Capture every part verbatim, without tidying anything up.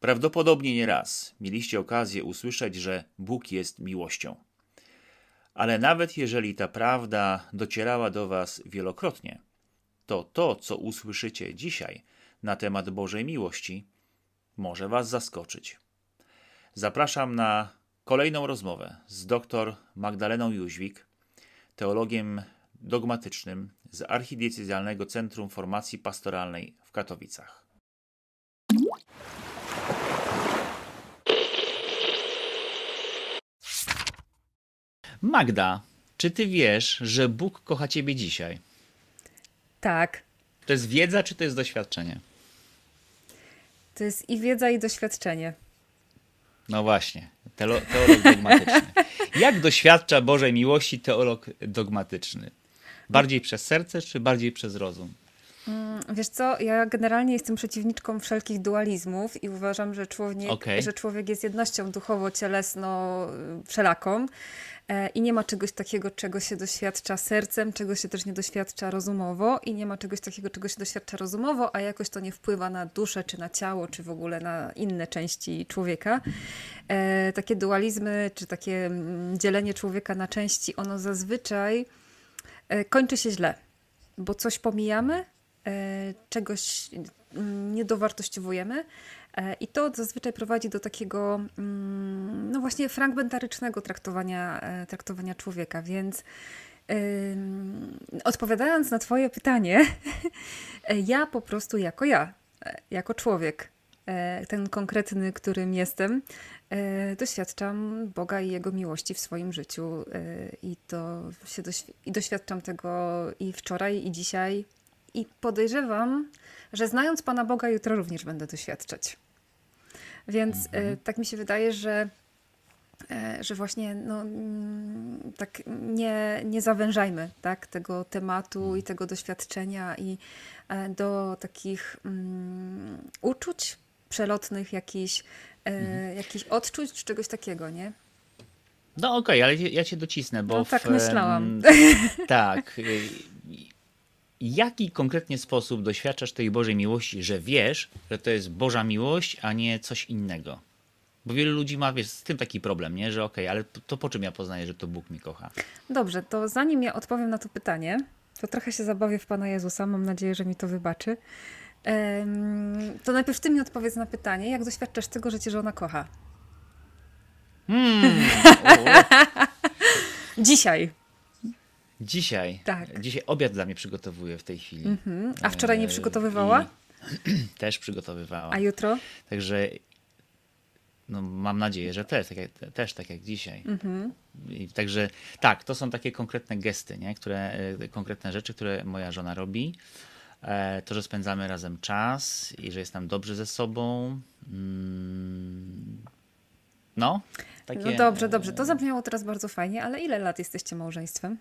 Prawdopodobnie nie raz mieliście okazję usłyszeć, że Bóg jest miłością. Ale nawet jeżeli ta prawda docierała do Was wielokrotnie, to to, co usłyszycie dzisiaj na temat Bożej miłości, może Was zaskoczyć. Zapraszam na kolejną rozmowę z dr Magdaleną Jóźwik, teologiem dogmatycznym z Archidiecezjalnego Centrum Formacji Pastoralnej w Katowicach. Magda, czy ty wiesz, że Bóg kocha ciebie dzisiaj? Tak. To jest wiedza, czy to jest doświadczenie? To jest i wiedza, i doświadczenie. No właśnie, teolo- teolog dogmatyczny. Jak doświadcza Bożej miłości teolog dogmatyczny? Bardziej przez serce, czy bardziej przez rozum? Wiesz co, ja generalnie jestem przeciwniczką wszelkich dualizmów i uważam, że człowiek, Okay. że człowiek jest jednością duchowo-cielesno wszelaką i nie ma czegoś takiego, czego się doświadcza sercem, czego się też nie doświadcza rozumowo i nie ma czegoś takiego, czego się doświadcza rozumowo, a jakoś to nie wpływa na duszę, czy na ciało, czy w ogóle na inne części człowieka. E, takie dualizmy, czy takie dzielenie człowieka na części, ono zazwyczaj e, kończy się źle, bo coś pomijamy, czegoś nie dowartościowujemy i to zazwyczaj prowadzi do takiego no właśnie fragmentarycznego traktowania, traktowania człowieka, więc yy, odpowiadając na twoje pytanie, ja po prostu jako ja, jako człowiek, ten konkretny, którym jestem, doświadczam Boga i Jego miłości w swoim życiu i to się doświ- i doświadczam tego i wczoraj, i dzisiaj. I podejrzewam, że znając Pana Boga, jutro również będę doświadczać. Więc mhm. y, tak mi się wydaje, że, y, że właśnie no, y, tak nie, nie zawężajmy tak, tego tematu mhm. i tego doświadczenia i y, do takich y, uczuć przelotnych, jakichś y, mhm. jakich odczuć, czy czegoś takiego, nie? No okej, okay, ale ja cię docisnę, bo... No, tak w, myślałam. Tak. Jaki konkretnie sposób doświadczasz tej Bożej miłości, że wiesz, że to jest Boża miłość, a nie coś innego? Bo wielu ludzi ma, wiesz, z tym taki problem, nie? Że okej, okay, ale to po czym ja poznaję, że to Bóg mnie kocha? Dobrze, to zanim ja odpowiem na to pytanie, to trochę się zabawię w Pana Jezusa, mam nadzieję, że mi to wybaczy. To najpierw ty mi odpowiedz na pytanie, jak doświadczasz tego, że cię żona kocha? Hmm. Dzisiaj. Dzisiaj. Tak. Dzisiaj obiad dla mnie przygotowuje w tej chwili. Mm-hmm. A wczoraj nie przygotowywała? I też przygotowywała. A jutro? Także no, mam nadzieję, że też tak jak, też tak jak dzisiaj. Mm-hmm. I także tak, to są takie konkretne gesty, nie? Które, konkretne rzeczy, które moja żona robi. To, że spędzamy razem czas i że jest nam dobrze ze sobą. No. Takie... No dobrze, dobrze. To zabrzmiało teraz bardzo fajnie, ale ile lat jesteście małżeństwem?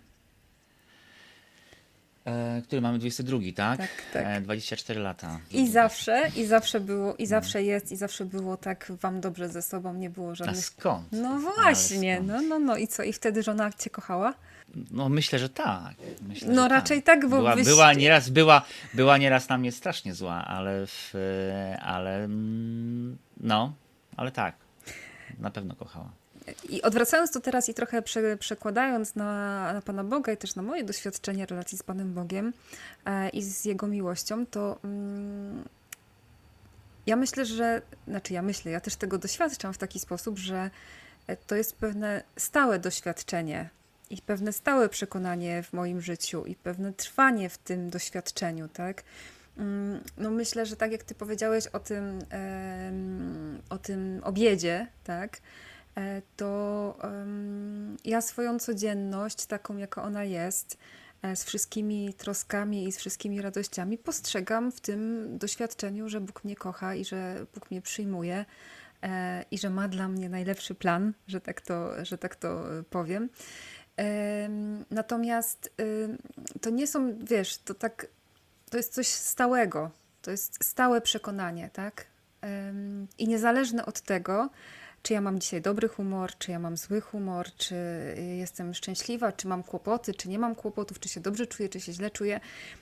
Który mamy dwudziesty drugi, tak? Tak, tak. dwadzieścia cztery lata. I zawsze, i zawsze było, i zawsze jest, i zawsze było tak wam dobrze ze sobą, nie było żadnych... A skąd? No właśnie, no, no, no i co? I wtedy żona cię kochała? No myślę, że tak. Myślę, no że raczej tak, tak bo była, byś... była nieraz była, była nieraz na mnie strasznie zła, ale w, ale no, ale tak. Na pewno kochała. I odwracając to teraz i trochę prze, przekładając na, na Pana Boga i też na moje doświadczenie relacji z Panem Bogiem e, i z Jego miłością, to mm, ja myślę, że, znaczy ja myślę, ja też tego doświadczam w taki sposób, że to jest pewne stałe doświadczenie i pewne stałe przekonanie w moim życiu i pewne trwanie w tym doświadczeniu, tak? No myślę, że tak jak ty powiedziałeś o tym, e, o tym obiedzie, tak? To um, ja swoją codzienność, taką jaka ona jest, z wszystkimi troskami i z wszystkimi radościami, postrzegam w tym doświadczeniu, że Bóg mnie kocha i że Bóg mnie przyjmuje e, i że ma dla mnie najlepszy plan, że tak to, że tak to powiem. E, natomiast e, to nie są, wiesz, to tak, to jest coś stałego, to jest stałe przekonanie, tak? E, I niezależne od tego, czy ja mam dzisiaj dobry humor, czy ja mam zły humor, czy jestem szczęśliwa, czy mam kłopoty, czy nie mam kłopotów, czy się dobrze czuję, czy się źle czuję.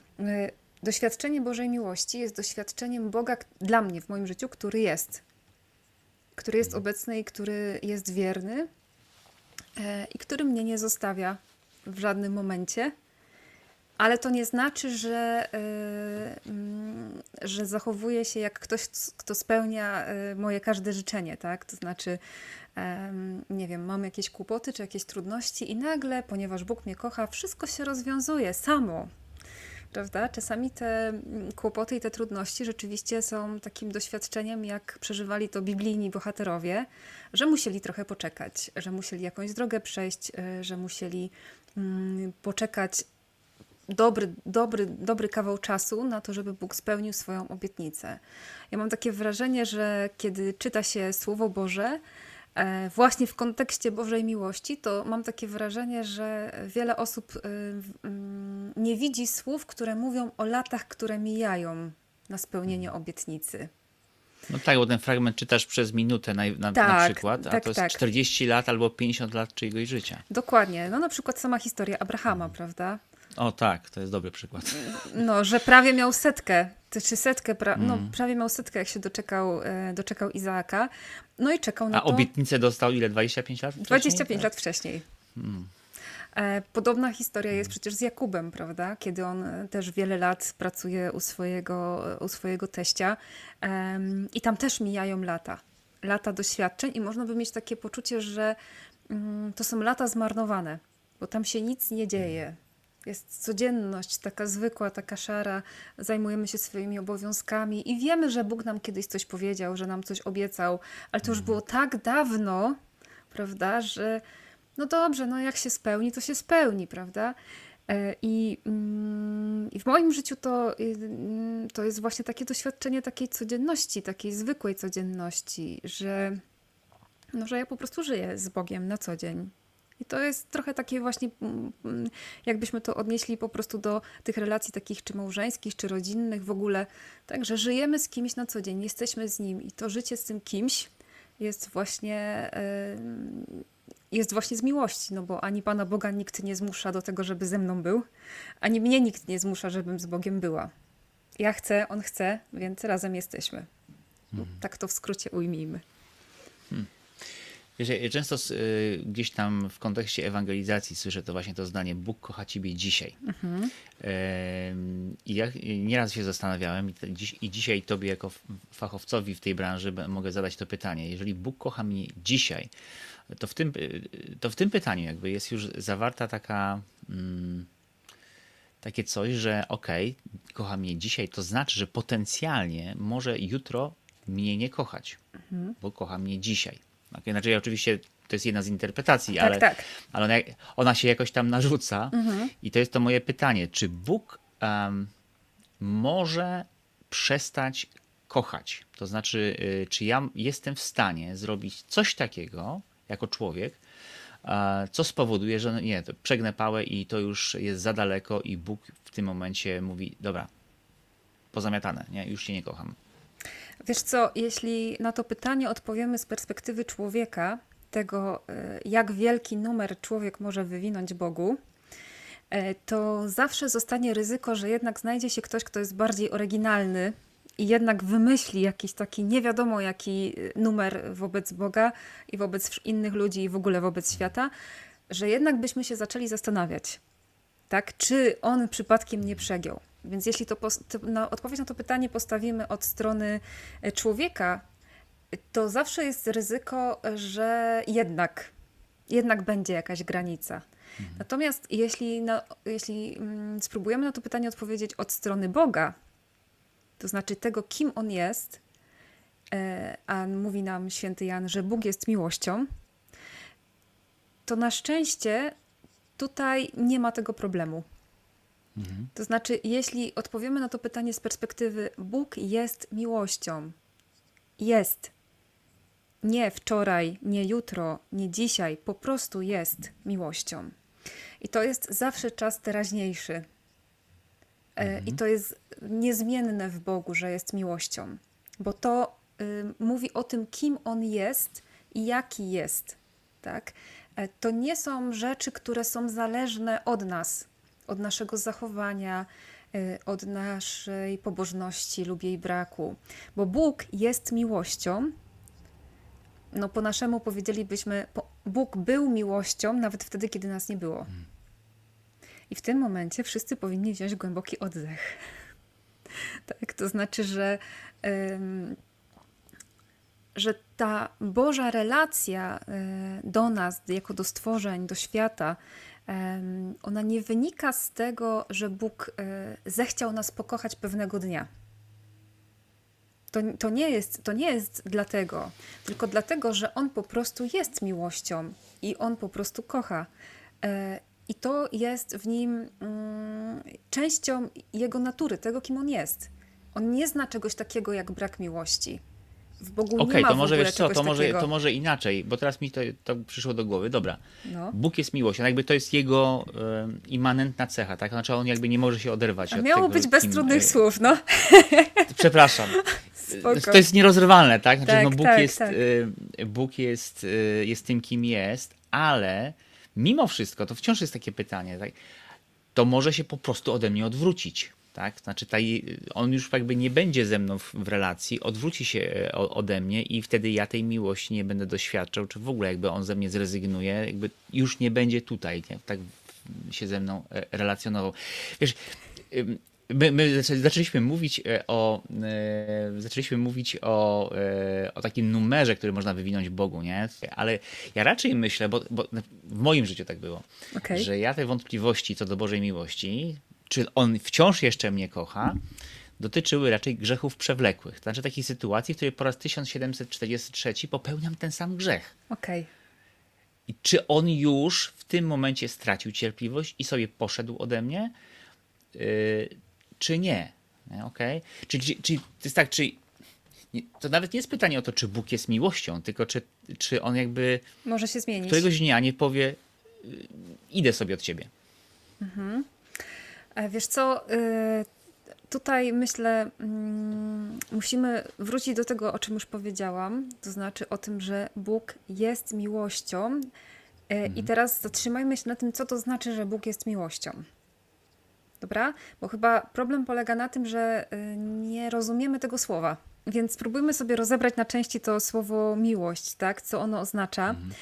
Doświadczenie Bożej miłości jest doświadczeniem Boga dla mnie w moim życiu, który jest. który jest obecny i który jest wierny e, i który mnie nie zostawia w żadnym momencie. Ale to nie znaczy, że, y, że zachowuje się jak ktoś, kto spełnia y, moje każde życzenie, tak? To znaczy, y, nie wiem, mam jakieś kłopoty czy jakieś trudności i nagle, ponieważ Bóg mnie kocha, wszystko się rozwiązuje samo, prawda? Czasami te kłopoty i te trudności rzeczywiście są takim doświadczeniem, jak przeżywali to biblijni bohaterowie, że musieli trochę poczekać, że musieli jakąś drogę przejść, y, że musieli y, poczekać Dobry, dobry, dobry kawał czasu na to, żeby Bóg spełnił swoją obietnicę. Ja mam takie wrażenie, że kiedy czyta się Słowo Boże, e, właśnie w kontekście Bożej miłości, to mam takie wrażenie, że wiele osób y, y, nie widzi słów, które mówią o latach, które mijają na spełnienie obietnicy. No tak, bo ten fragment czytasz przez minutę na, na, Tak, na przykład, a tak, to jest tak. czterdzieści lat albo pięćdziesiąt lat czyjegoś życia. Dokładnie. No na przykład sama historia Abrahama, prawda? O tak, to jest dobry przykład. No, że prawie miał setkę, czy setkę, pra... no Mm. prawie miał setkę, jak się doczekał, e, doczekał Izaaka. No i czekał na A to... obietnicę dostał ile? dwadzieścia pięć lat wcześniej? dwadzieścia pięć Tak? lat wcześniej. Mm. E, Podobna historia jest przecież z Jakubem, prawda? Kiedy on też wiele lat pracuje u swojego, u swojego teścia. Em, I tam też mijają lata. Lata doświadczeń i można by mieć takie poczucie, że mm, to są lata zmarnowane, bo tam się nic nie dzieje. Jest codzienność, taka zwykła, taka szara, zajmujemy się swoimi obowiązkami i wiemy, że Bóg nam kiedyś coś powiedział, że nam coś obiecał, ale to już było tak dawno, prawda, że no dobrze, no jak się spełni, to się spełni, prawda? E, I, mm, i w moim życiu to, y, to jest właśnie takie doświadczenie takiej codzienności, takiej zwykłej codzienności, że, no, że ja po prostu żyję z Bogiem na co dzień. I to jest trochę takie właśnie, jakbyśmy to odnieśli po prostu do tych relacji takich czy małżeńskich, czy rodzinnych w ogóle. Tak, że żyjemy z kimś na co dzień, jesteśmy z nim i to życie z tym kimś jest właśnie, jest właśnie z miłości, no bo ani Pana Boga nikt nie zmusza do tego, żeby ze mną był, ani mnie nikt nie zmusza, żebym z Bogiem była. Ja chcę, On chce, więc razem jesteśmy. Hmm. Tak to w skrócie ujmijmy. Hmm. Wiesz, ja często y, gdzieś tam w kontekście ewangelizacji słyszę to właśnie to zdanie: Bóg kocha ciebie dzisiaj. Mhm. Y, I ja nieraz się zastanawiałem i, dziś, i dzisiaj tobie jako fachowcowi w tej branży mogę zadać to pytanie. Jeżeli Bóg kocha mnie dzisiaj, to w tym, to w tym pytaniu jakby jest już zawarta taka... Mm, takie coś, że okej, okay, kocha mnie dzisiaj, to znaczy, że potencjalnie może jutro mnie nie kochać, mhm. bo kocha mnie dzisiaj. Okay, znaczy oczywiście to jest jedna z interpretacji, tak, ale, tak. ale ona, ona się jakoś tam narzuca mhm. i to jest to moje pytanie, czy Bóg um, może przestać kochać? To znaczy, y, czy ja jestem w stanie zrobić coś takiego jako człowiek, co spowoduje, że nie, to przegnę pałę i to już jest za daleko i Bóg w tym momencie mówi: dobra, pozamiatane, nie, już cię nie kocham. Wiesz co, jeśli na to pytanie odpowiemy z perspektywy człowieka, tego jak wielki numer człowiek może wywinąć Bogu, to zawsze zostanie ryzyko, że jednak znajdzie się ktoś, kto jest bardziej oryginalny i jednak wymyśli jakiś taki nie wiadomo jaki numer wobec Boga i wobec innych ludzi i w ogóle wobec świata, że jednak byśmy się zaczęli zastanawiać, tak, czy on przypadkiem nie przegiął. Więc jeśli to, to na odpowiedź na to pytanie postawimy od strony człowieka, to zawsze jest ryzyko, że jednak, jednak będzie jakaś granica. Mhm. Natomiast jeśli, na, jeśli mm, spróbujemy na to pytanie odpowiedzieć od strony Boga, to znaczy tego, kim On jest, a mówi nam święty Jan, że Bóg jest miłością, to na szczęście tutaj nie ma tego problemu. Mhm. To znaczy, jeśli odpowiemy na to pytanie z perspektywy Bóg jest miłością, jest, nie wczoraj, nie jutro, nie dzisiaj, po prostu jest miłością. I to jest zawsze czas teraźniejszy. Mhm. I to jest niezmienne w Bogu, że jest miłością, bo to y, mówi o tym, kim On jest i jaki jest. Tak? To nie są rzeczy, które są zależne od nas, od naszego zachowania, y, od naszej pobożności lub jej braku, bo Bóg jest miłością, no po naszemu powiedzielibyśmy, Bóg był miłością nawet wtedy, kiedy nas nie było. I w tym momencie wszyscy powinni wziąć głęboki oddech. Tak, to znaczy, że, ym, że ta Boża relacja y, do nas, jako do stworzeń, do świata, ym, ona nie wynika z tego, że Bóg y, zechciał nas pokochać pewnego dnia. To, to, nie jest, to nie jest dlatego, tylko dlatego, że On po prostu jest miłością i On po prostu kocha. Y, I to jest w nim mm, częścią Jego natury, tego, kim On jest. On nie zna czegoś takiego jak brak miłości. W Bogu Okej, nie ma to w może ogóle wiesz co, czegoś to może, takiego. to może inaczej, bo teraz mi to, to przyszło do głowy. Dobra, No. Bóg jest miłością, jakby to jest Jego y, immanentna cecha, tak? Znaczy on jakby nie może się oderwać A od miało tego, być bez kim, trudnych y, słów, no. Przepraszam. Spoko. To jest nierozerwalne, tak? Znaczy, Tak, no Bóg, tak, jest, tak. y, Bóg jest, y, jest tym, kim jest, ale mimo wszystko, to wciąż jest takie pytanie, tak? To może się po prostu ode mnie odwrócić. Tak? Znaczy ta, on już jakby nie będzie ze mną w, w relacji, odwróci się o, ode mnie i wtedy ja tej miłości nie będę doświadczał, czy w ogóle jakby on ze mnie zrezygnuje, jakby już nie będzie tutaj, nie? Tak się ze mną relacjonował. Wiesz, my, my zaczęliśmy mówić o zaczęliśmy mówić o, o takim numerze, który można wywinąć Bogu, nie? Ale ja raczej myślę, bo, bo w moim życiu tak było, Okay. że ja te wątpliwości co do Bożej miłości, czy on wciąż jeszcze mnie kocha, dotyczyły raczej grzechów przewlekłych. To znaczy takich sytuacji, w której po raz tysiąc siedemset czterdziesty trzeci popełniam ten sam grzech. Okay. I czy on już w tym momencie stracił cierpliwość i sobie poszedł ode mnie, yy, czy nie? nie? Okay? Czyli, czyli, czyli to jest tak, czy to nawet nie jest pytanie o to, czy Bóg jest miłością, tylko czy, czy on jakby może się zmienić. Któregoś dnia nie powie, yy, idę sobie od ciebie. Mhm. Wiesz co, tutaj myślę, musimy wrócić do tego, o czym już powiedziałam, to znaczy o tym, że Bóg jest miłością. Mhm. I teraz zatrzymajmy się na tym, co to znaczy, że Bóg jest miłością. Dobra? Bo chyba problem polega na tym, że nie rozumiemy tego słowa. Więc spróbujmy sobie rozebrać na części to słowo miłość, tak? Co ono oznacza. Mhm.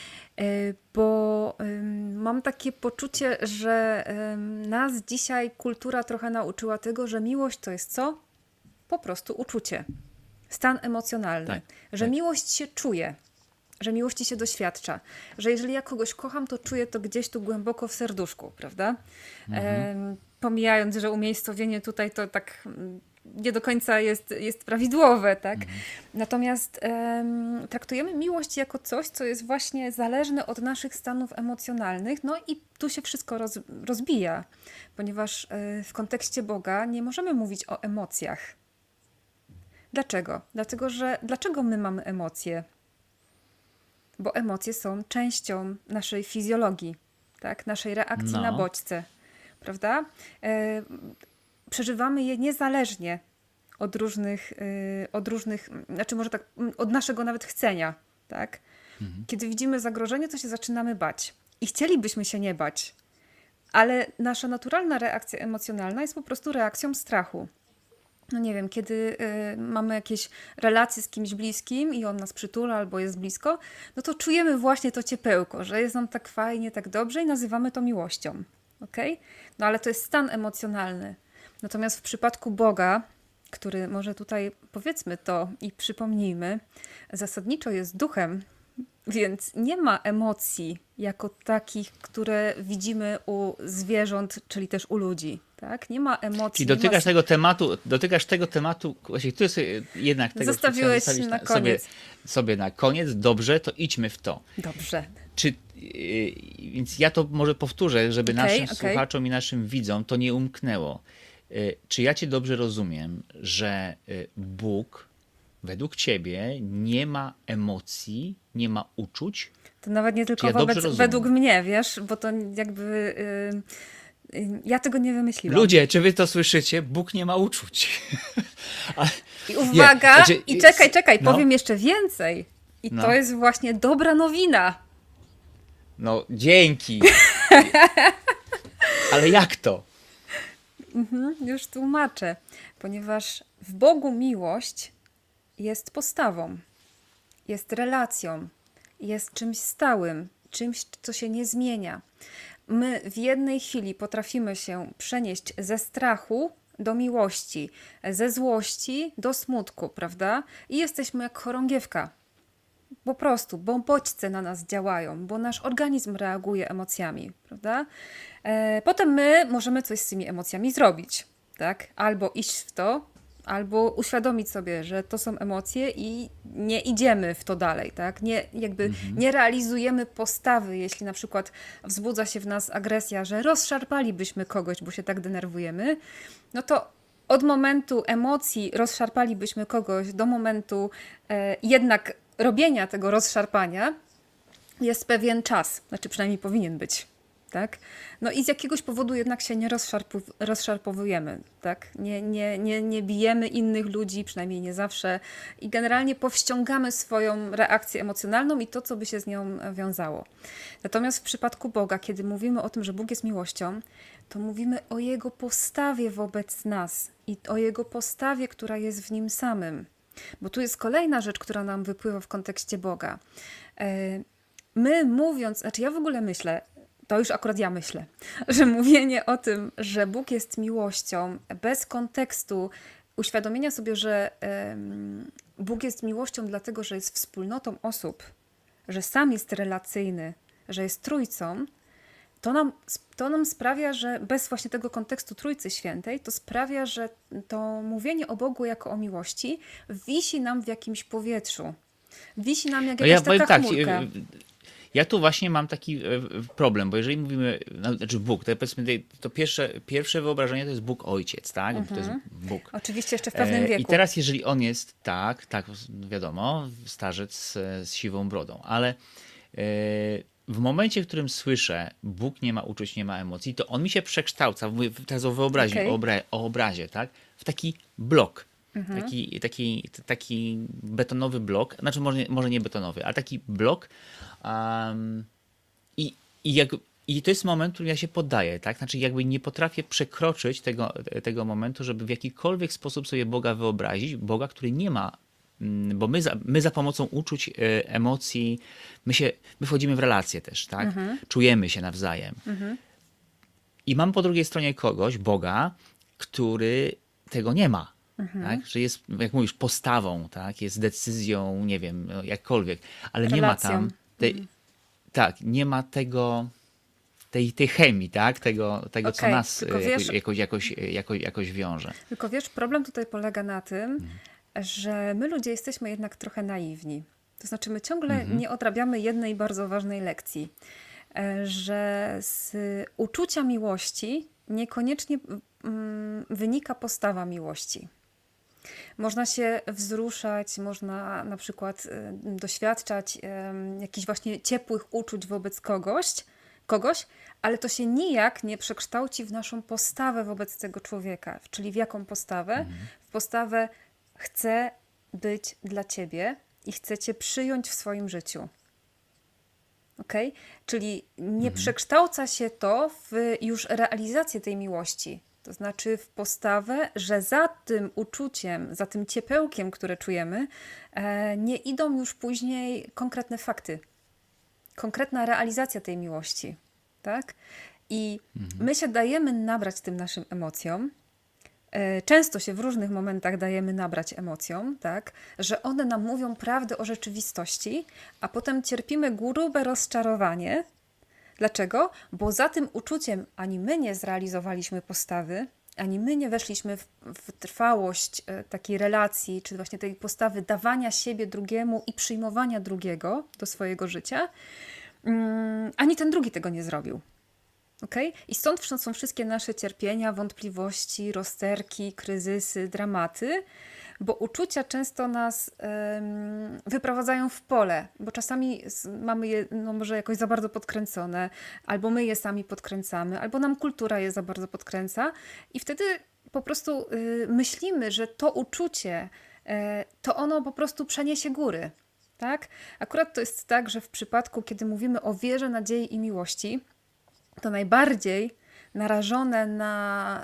Bo um, mam takie poczucie, że um, nas dzisiaj kultura trochę nauczyła tego, że miłość to jest co? Po prostu uczucie. Stan emocjonalny. Tak, że tak. Miłość się czuje. Że miłości się doświadcza. Że jeżeli ja kogoś kocham, to czuję to gdzieś tu głęboko w serduszku, prawda? Mhm. Um, pomijając, że umiejscowienie tutaj to tak nie do końca jest, jest prawidłowe, tak? Mhm. Natomiast um, traktujemy miłość jako coś, co jest właśnie zależne od naszych stanów emocjonalnych, no i tu się wszystko roz, rozbija, ponieważ y, w kontekście Boga nie możemy mówić o emocjach. Dlaczego? Dlatego, że dlaczego my mamy emocje? Bo emocje są częścią naszej fizjologii, tak? Naszej reakcji no. na bodźce, prawda? E, przeżywamy je niezależnie od różnych, yy, od różnych, znaczy może tak, od naszego nawet chcenia, tak? Mhm. Kiedy widzimy zagrożenie, to się zaczynamy bać. I chcielibyśmy się nie bać, ale nasza naturalna reakcja emocjonalna jest po prostu reakcją strachu. No nie wiem, kiedy yy, mamy jakieś relacje z kimś bliskim i on nas przytula albo jest blisko, no to czujemy właśnie to ciepełko, że jest nam tak fajnie, tak dobrze i nazywamy to miłością. Okay? No ale to jest stan emocjonalny. Natomiast w przypadku Boga, który może tutaj powiedzmy to i przypomnijmy, zasadniczo jest duchem, więc nie ma emocji jako takich, które widzimy u zwierząt, czyli też u ludzi. Tak? Nie ma emocji. Czyli dotykasz ma... tego tematu, dotykasz tego tematu, właśnie który sobie jednak tego zostawiłeś na, na koniec. Sobie, sobie na koniec, dobrze, to idźmy w to. Dobrze. Czy, yy, więc ja to może powtórzę, żeby okay, naszym okay. słuchaczom i naszym widzom to nie umknęło. Yy, czy ja cię dobrze rozumiem, że yy, Bóg według ciebie nie ma emocji, nie ma uczuć? To nawet nie tylko ja wobec, według mnie, wiesz, bo to jakby... Yy... Ja tego nie wymyśliłam. Ludzie, czy wy to słyszycie? Bóg nie ma uczuć. Ale, I uwaga, nie, znaczy, i czekaj, czekaj, no. powiem jeszcze więcej. I no. to jest właśnie dobra nowina. No, dzięki. Ale jak to? Mhm, już tłumaczę. Ponieważ w Bogu miłość jest postawą, jest relacją, jest czymś stałym, czymś, co się nie zmienia. My w jednej chwili potrafimy się przenieść ze strachu do miłości, ze złości do smutku, prawda? I jesteśmy jak chorągiewka. Po prostu, bo bodźce na nas działają, bo nasz organizm reaguje emocjami, prawda? E, potem my możemy coś z tymi emocjami zrobić, tak? Albo iść w to, albo uświadomić sobie, że to są emocje i nie idziemy w to dalej, tak? Nie, jakby Mhm. nie realizujemy postawy, jeśli na przykład wzbudza się w nas agresja, że rozszarpalibyśmy kogoś, bo się tak denerwujemy, no to od momentu emocji rozszarpalibyśmy kogoś do momentu e, jednak robienia tego rozszarpania jest pewien czas, znaczy przynajmniej powinien być, tak? No i z jakiegoś powodu jednak się nie rozszarpu- rozszarpowujemy, tak? Nie, nie, nie, nie bijemy innych ludzi, przynajmniej nie zawsze i generalnie powściągamy swoją reakcję emocjonalną i to, co by się z nią wiązało. Natomiast w przypadku Boga, kiedy mówimy o tym, że Bóg jest miłością, to mówimy o Jego postawie wobec nas i o Jego postawie, która jest w Nim samym. Bo tu jest kolejna rzecz, która nam wypływa w kontekście Boga. My mówiąc, znaczy ja w ogóle myślę, to już akurat ja myślę, że mówienie o tym, że Bóg jest miłością, bez kontekstu uświadomienia sobie, że um, Bóg jest miłością dlatego, że jest wspólnotą osób, że sam jest relacyjny, że jest trójcą, to nam, to nam sprawia, że bez właśnie tego kontekstu Trójcy Świętej, to sprawia, że to mówienie o Bogu jako o miłości wisi nam w jakimś powietrzu. Wisi nam jak No jakaś ja powiem taka tak, chmurka. ja tu właśnie mam taki problem, bo jeżeli mówimy, no, znaczy Bóg, to powiedzmy to pierwsze, pierwsze wyobrażenie to jest Bóg Ojciec, tak? Mhm. To jest Bóg. Oczywiście jeszcze w pewnym wieku. I teraz jeżeli On jest, tak, tak, wiadomo, starzec z, z siwą brodą, ale w momencie, w którym słyszę Bóg nie ma uczuć, nie ma emocji, to On mi się przekształca, mówię teraz o wyobraźni, okay. o, obra o obrazie, tak? W taki blok. Mhm. Taki, taki, taki betonowy blok, znaczy może, może nie betonowy, ale taki blok um, i, i, jak, i to jest moment, w którym ja się poddaję, tak? Znaczy jakby nie potrafię przekroczyć tego, tego momentu, żeby w jakikolwiek sposób sobie Boga wyobrazić, Boga, który nie ma, bo my za, my za pomocą uczuć, emocji, my się, my wchodzimy w relacje też, tak? Mhm. Czujemy się nawzajem. Mhm. I mam po drugiej stronie kogoś, Boga, który tego nie ma. Mhm. Tak? Że jest, jak mówisz, postawą, tak? Jest decyzją, nie wiem, jakkolwiek, ale Relacją. nie ma tam tej, mhm. tak, nie ma tego, tej, tej chemii, tak? Tego, tego okay. co nas wiesz, jakoś, jakoś, jakoś, jakoś wiąże. Tylko wiesz, problem tutaj polega na tym, mhm. że my ludzie jesteśmy jednak trochę naiwni. To znaczy my ciągle mhm. nie odrabiamy jednej bardzo ważnej lekcji, że z uczucia miłości niekoniecznie mm, wynika postawa miłości. Można się wzruszać, można na przykład y, doświadczać y, jakichś właśnie ciepłych uczuć wobec kogoś, kogoś, ale to się nijak nie przekształci w naszą postawę wobec tego człowieka. Czyli w jaką postawę? Mhm. W postawę chcę być dla ciebie i chcę cię przyjąć w swoim życiu. Okay? Czyli nie mhm. przekształca się to w już realizację tej miłości. To znaczy w postawę, że za tym uczuciem, za tym ciepełkiem, które czujemy, e, nie idą już później konkretne fakty. Konkretna realizacja tej miłości. Tak? I mhm. my się dajemy nabrać tym naszym emocjom. E, często się w różnych momentach dajemy nabrać emocjom, tak? Że one nam mówią prawdę o rzeczywistości, a potem cierpimy grube rozczarowanie. Dlaczego? Bo za tym uczuciem ani my nie zrealizowaliśmy postawy, ani my nie weszliśmy w, w trwałość e, takiej relacji, czy właśnie tej postawy dawania siebie drugiemu i przyjmowania drugiego do swojego życia, um, ani ten drugi tego nie zrobił. Okay? I stąd są wszystkie nasze cierpienia, wątpliwości, rozterki, kryzysy, dramaty, bo uczucia często nas um, wyprowadzają w pole, bo czasami mamy je no może jakoś za bardzo podkręcone, albo my je sami podkręcamy, albo nam kultura je za bardzo podkręca i wtedy po prostu y, myślimy, że to uczucie, y, to ono po prostu przeniesie góry. Tak? Akurat to jest tak, że w przypadku, kiedy mówimy o wierze, nadziei i miłości, to najbardziej narażone na,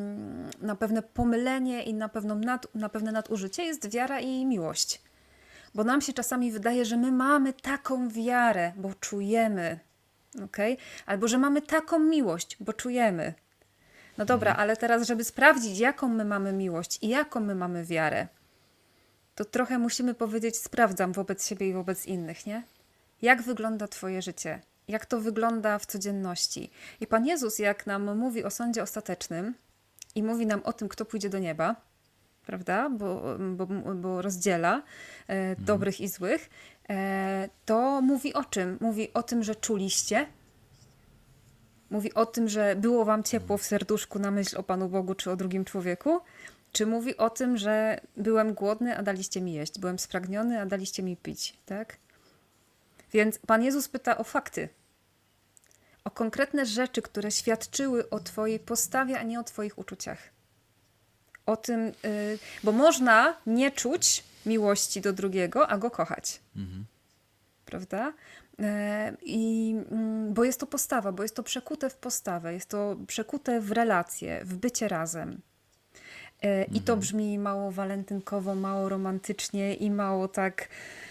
na pewne pomylenie i na, pewną nad, na pewne nadużycie jest wiara i miłość. Bo nam się czasami wydaje, że my mamy taką wiarę, bo czujemy, okay? Albo że mamy taką miłość, bo czujemy. No dobra, mhm. ale teraz, żeby sprawdzić, jaką my mamy miłość i jaką my mamy wiarę, to trochę musimy powiedzieć, sprawdzam wobec siebie i wobec innych, nie? Jak wygląda twoje życie? Jak to wygląda w codzienności? I Pan Jezus, jak nam mówi o sądzie ostatecznym i mówi nam o tym, kto pójdzie do nieba, prawda? Bo, bo, bo rozdziela e, mhm. dobrych i złych, e, to mówi o czym? Mówi o tym, że czuliście. Mówi o tym, że było wam ciepło w serduszku na myśl o Panu Bogu czy o drugim człowieku. Czy mówi o tym, że byłem głodny, a daliście mi jeść? Byłem spragniony, a daliście mi pić, tak? Więc Pan Jezus pyta o fakty. O konkretne rzeczy, które świadczyły o twojej postawie, a nie o twoich uczuciach. O tym, yy, bo można nie czuć miłości do drugiego, a go kochać. Mhm. Prawda? Yy, i, yy, bo jest to postawa, bo jest to przekute w postawę, jest to przekute w relacje, w bycie razem. Yy, I to brzmi mało walentynkowo, mało romantycznie i mało tak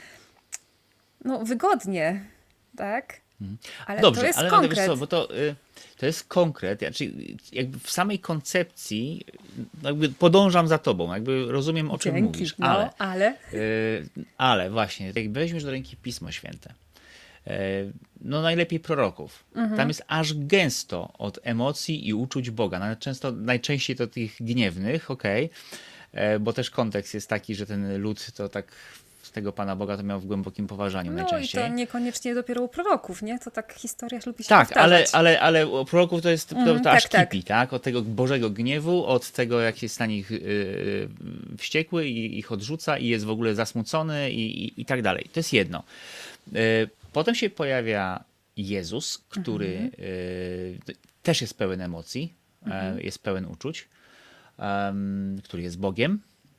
no wygodnie, tak? Ale Dobrze, to jest ale konkret. Wiesz co, bo to, y, to jest konkret. Znaczy, jakby w samej koncepcji jakby podążam za tobą, jakby rozumiem, o czym Dzięki, mówisz. no, Ale, ale... Y, ale właśnie, jak weźmiesz do ręki Pismo Święte, y, no najlepiej proroków. Mhm. Tam jest aż gęsto od emocji i uczuć Boga. Nawet często, najczęściej to tych gniewnych, okej, okay, bo też kontekst jest taki, że ten lud to tak tego Pana Boga to miał w głębokim poważaniu no najczęściej. No i to niekoniecznie dopiero u proroków, nie? To tak historia lubi się tak, powtarzać. Tak, ale, ale, ale u proroków to jest to, mm, to tak, aż tak. kipi, tak? Od tego Bożego gniewu, od tego, jak jest na nich yy, wściekły i ich odrzuca i jest w ogóle zasmucony i, i, i tak dalej. To jest jedno. Yy, potem się pojawia Jezus, który mhm. yy, też jest pełen emocji, mhm. yy, jest pełen uczuć, yy, który jest Bogiem.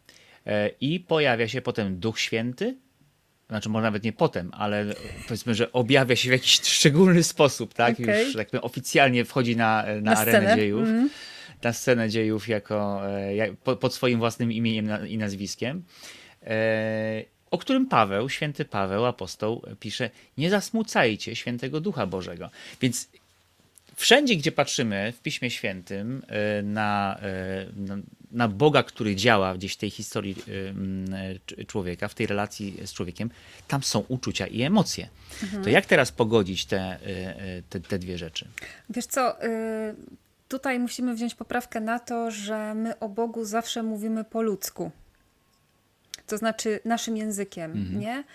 I pojawia się potem Duch Święty, znaczy może nawet nie potem, ale powiedzmy, że objawia się w jakiś szczególny sposób, tak? Okay. Już tak powiem, oficjalnie wchodzi na, na, na arenę scenę. dziejów, mm. na scenę dziejów jako, pod swoim własnym imieniem i nazwiskiem, o którym Paweł, święty Paweł, apostoł, pisze: nie zasmucajcie świętego Ducha Bożego. Więc wszędzie, gdzie patrzymy w Piśmie Świętym na, na, na Boga, który działa gdzieś w tej historii człowieka, w tej relacji z człowiekiem, tam są uczucia i emocje. Mhm. To jak teraz pogodzić te, te, te dwie rzeczy? Wiesz co, tutaj musimy wziąć poprawkę na to, że my o Bogu zawsze mówimy po ludzku. To znaczy naszym językiem, mhm. nie?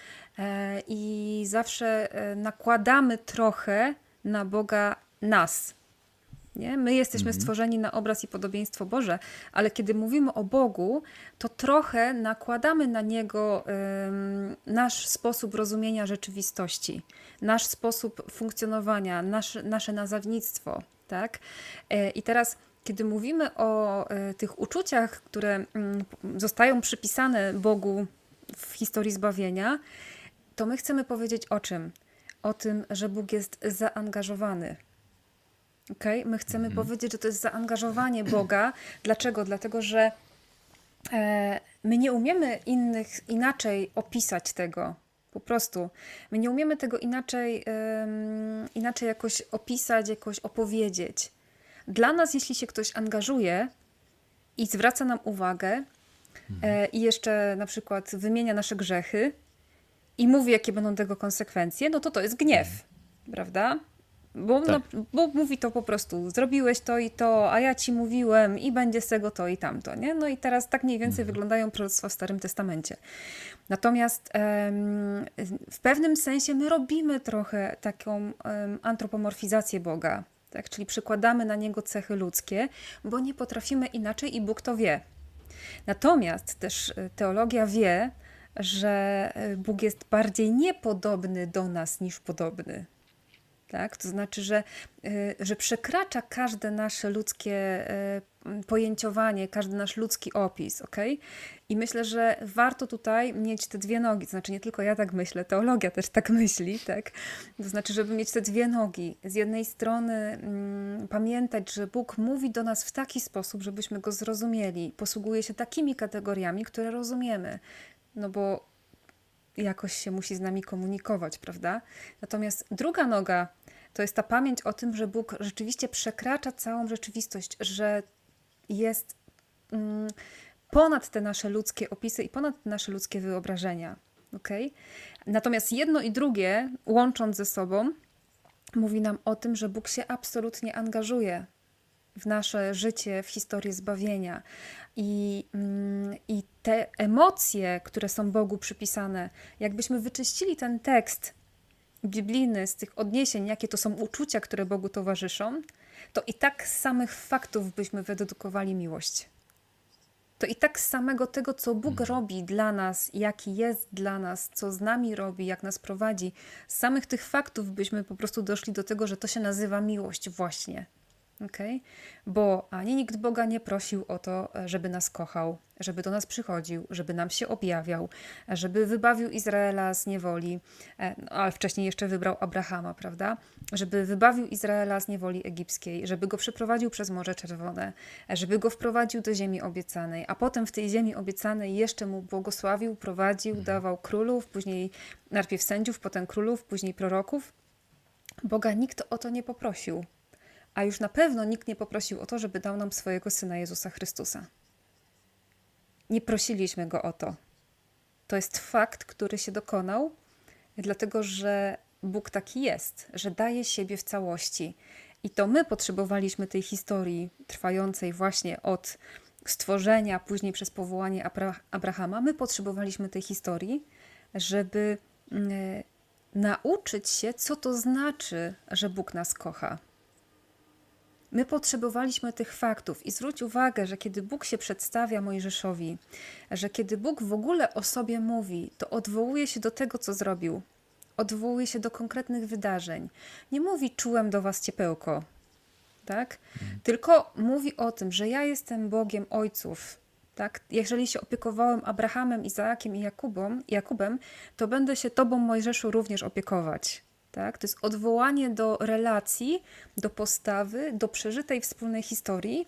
I zawsze nakładamy trochę na Boga nas. Nie? My jesteśmy mhm. stworzeni na obraz i podobieństwo Boże, ale kiedy mówimy o Bogu, to trochę nakładamy na Niego ym, nasz sposób rozumienia rzeczywistości, nasz sposób funkcjonowania, nasz, nasze nazewnictwo. Tak? Yy, I teraz, kiedy mówimy o y, tych uczuciach, które y, zostają przypisane Bogu w historii zbawienia, to my chcemy powiedzieć o czym? O tym, że Bóg jest zaangażowany. Okay? My chcemy mhm. powiedzieć, że to jest zaangażowanie Boga. Dlaczego? Dlatego, że e, my nie umiemy innych inaczej opisać tego. Po prostu. My nie umiemy tego inaczej, e, inaczej jakoś opisać, jakoś opowiedzieć. Dla nas, jeśli się ktoś angażuje i zwraca nam uwagę mhm. e, i jeszcze na przykład wymienia nasze grzechy i mówi, jakie będą tego konsekwencje, no to to jest gniew. Mhm. Prawda? Bo, tak. no, bo mówi to po prostu, zrobiłeś to i to, a ja ci mówiłem i będzie z tego to i tamto, nie? No i teraz tak mniej więcej mhm. wyglądają proroctwa w Starym Testamencie. Natomiast em, w pewnym sensie my robimy trochę taką em, antropomorfizację Boga, tak? Czyli przykładamy na Niego cechy ludzkie, bo nie potrafimy inaczej i Bóg to wie. Natomiast też teologia wie, że Bóg jest bardziej niepodobny do nas niż podobny. Tak? To znaczy, że, że przekracza każde nasze ludzkie pojęciowanie, każdy nasz ludzki opis. Okay? I myślę, że warto tutaj mieć te dwie nogi. To znaczy, nie tylko ja tak myślę, teologia też tak myśli. Tak? To znaczy, żeby mieć te dwie nogi. Z jednej strony mm, pamiętać, że Bóg mówi do nas w taki sposób, żebyśmy Go zrozumieli. Posługuje się takimi kategoriami, które rozumiemy. No bo jakoś się musi z nami komunikować, prawda? Natomiast druga noga to jest ta pamięć o tym, że Bóg rzeczywiście przekracza całą rzeczywistość, że jest mm, ponad te nasze ludzkie opisy i ponad te nasze ludzkie wyobrażenia. Okay? Natomiast jedno i drugie, łącząc ze sobą, mówi nam o tym, że Bóg się absolutnie angażuje w nasze życie, w historię zbawienia. I, mm, I te emocje, które są Bogu przypisane, jakbyśmy wyczyścili ten tekst biblijny z tych odniesień, jakie to są uczucia, które Bogu towarzyszą, to i tak z samych faktów byśmy wydedukowali miłość. To i tak z samego tego, co Bóg robi dla nas, jaki jest dla nas, co z nami robi, jak nas prowadzi, z samych tych faktów byśmy po prostu doszli do tego, że to się nazywa miłość właśnie. Okay? Bo ani nikt Boga nie prosił o to, żeby nas kochał, żeby do nas przychodził, żeby nam się objawiał, żeby wybawił Izraela z niewoli, no, ale wcześniej jeszcze wybrał Abrahama, prawda? Żeby wybawił Izraela z niewoli egipskiej, żeby go przeprowadził przez Morze Czerwone, żeby go wprowadził do ziemi obiecanej, a potem w tej ziemi obiecanej jeszcze mu błogosławił, prowadził, dawał królów, później najpierw sędziów, potem królów, później proroków. Boga nikt o to nie poprosił. A już na pewno nikt nie poprosił o to, żeby dał nam swojego Syna Jezusa Chrystusa. Nie prosiliśmy Go o to. To jest fakt, który się dokonał, dlatego że Bóg taki jest, że daje siebie w całości. I to my potrzebowaliśmy tej historii trwającej właśnie od stworzenia, później przez powołanie Abra- Abrahama. My potrzebowaliśmy tej historii, żeby yy, nauczyć się, co to znaczy, że Bóg nas kocha. My potrzebowaliśmy tych faktów i zwróć uwagę, że kiedy Bóg się przedstawia Mojżeszowi, że kiedy Bóg w ogóle o sobie mówi, to odwołuje się do tego, co zrobił. Odwołuje się do konkretnych wydarzeń. Nie mówi, czułem do was ciepełko, tak? Mhm. Tylko mówi o tym, że ja jestem Bogiem ojców. Tak? Jeżeli się opiekowałem Abrahamem, Izaakiem i Jakubem, Jakubem, to będę się tobą, Mojżeszu, również opiekować. Tak? To jest odwołanie do relacji, do postawy, do przeżytej wspólnej historii,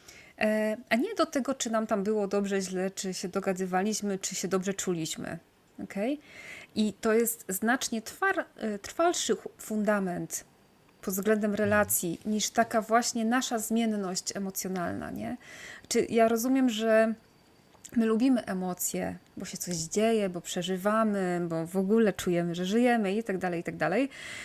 a nie do tego, czy nam tam było dobrze, źle, czy się dogadywaliśmy, czy się dobrze czuliśmy. Okay? I to jest znacznie twar, trwalszy fundament pod względem relacji, niż taka właśnie nasza zmienność emocjonalna. Nie? Czy ja rozumiem, że my lubimy emocje, bo się coś dzieje, bo przeżywamy, bo w ogóle czujemy, że żyjemy i tak dalej, i tak dalej.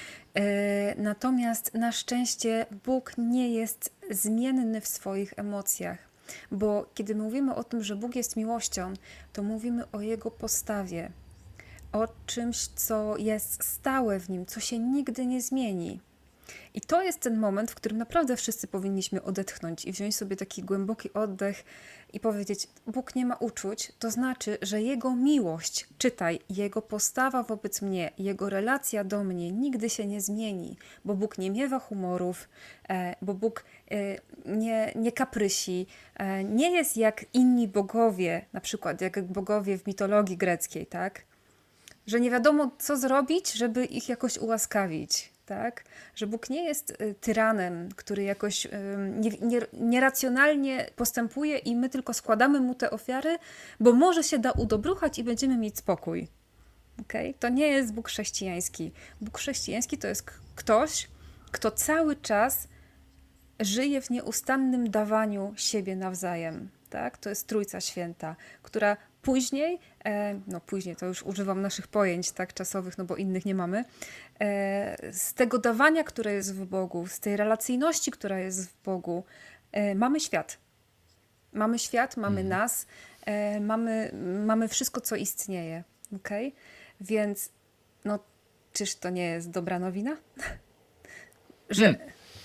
Natomiast na szczęście Bóg nie jest zmienny w swoich emocjach, bo kiedy mówimy o tym, że Bóg jest miłością, to mówimy o Jego postawie, o czymś, co jest stałe w Nim, co się nigdy nie zmieni. I to jest ten moment, w którym naprawdę wszyscy powinniśmy odetchnąć i wziąć sobie taki głęboki oddech i powiedzieć, Bóg nie ma uczuć, to znaczy, że Jego miłość, czytaj, Jego postawa wobec mnie, Jego relacja do mnie nigdy się nie zmieni, bo Bóg nie miewa humorów, bo Bóg nie, nie kaprysi, nie jest jak inni bogowie, na przykład jak bogowie w mitologii greckiej, tak? Że nie wiadomo, co zrobić, żeby ich jakoś ułaskawić. Tak? Że Bóg nie jest tyranem, który jakoś nie, nie, nieracjonalnie postępuje i my tylko składamy mu te ofiary, bo może się da udobruchać i będziemy mieć spokój. Okay? To nie jest Bóg chrześcijański. Bóg chrześcijański to jest ktoś, kto cały czas żyje w nieustannym dawaniu siebie nawzajem. Tak? To jest Trójca Święta, która później, no później to już używam naszych pojęć tak, czasowych, no bo innych nie mamy, z tego dawania, które jest w Bogu, z tej relacyjności, która jest w Bogu, mamy świat. Mamy świat, mamy mhm. nas, mamy, mamy wszystko, co istnieje. Okay? Więc no, czyż to nie jest dobra nowina? Że hmm.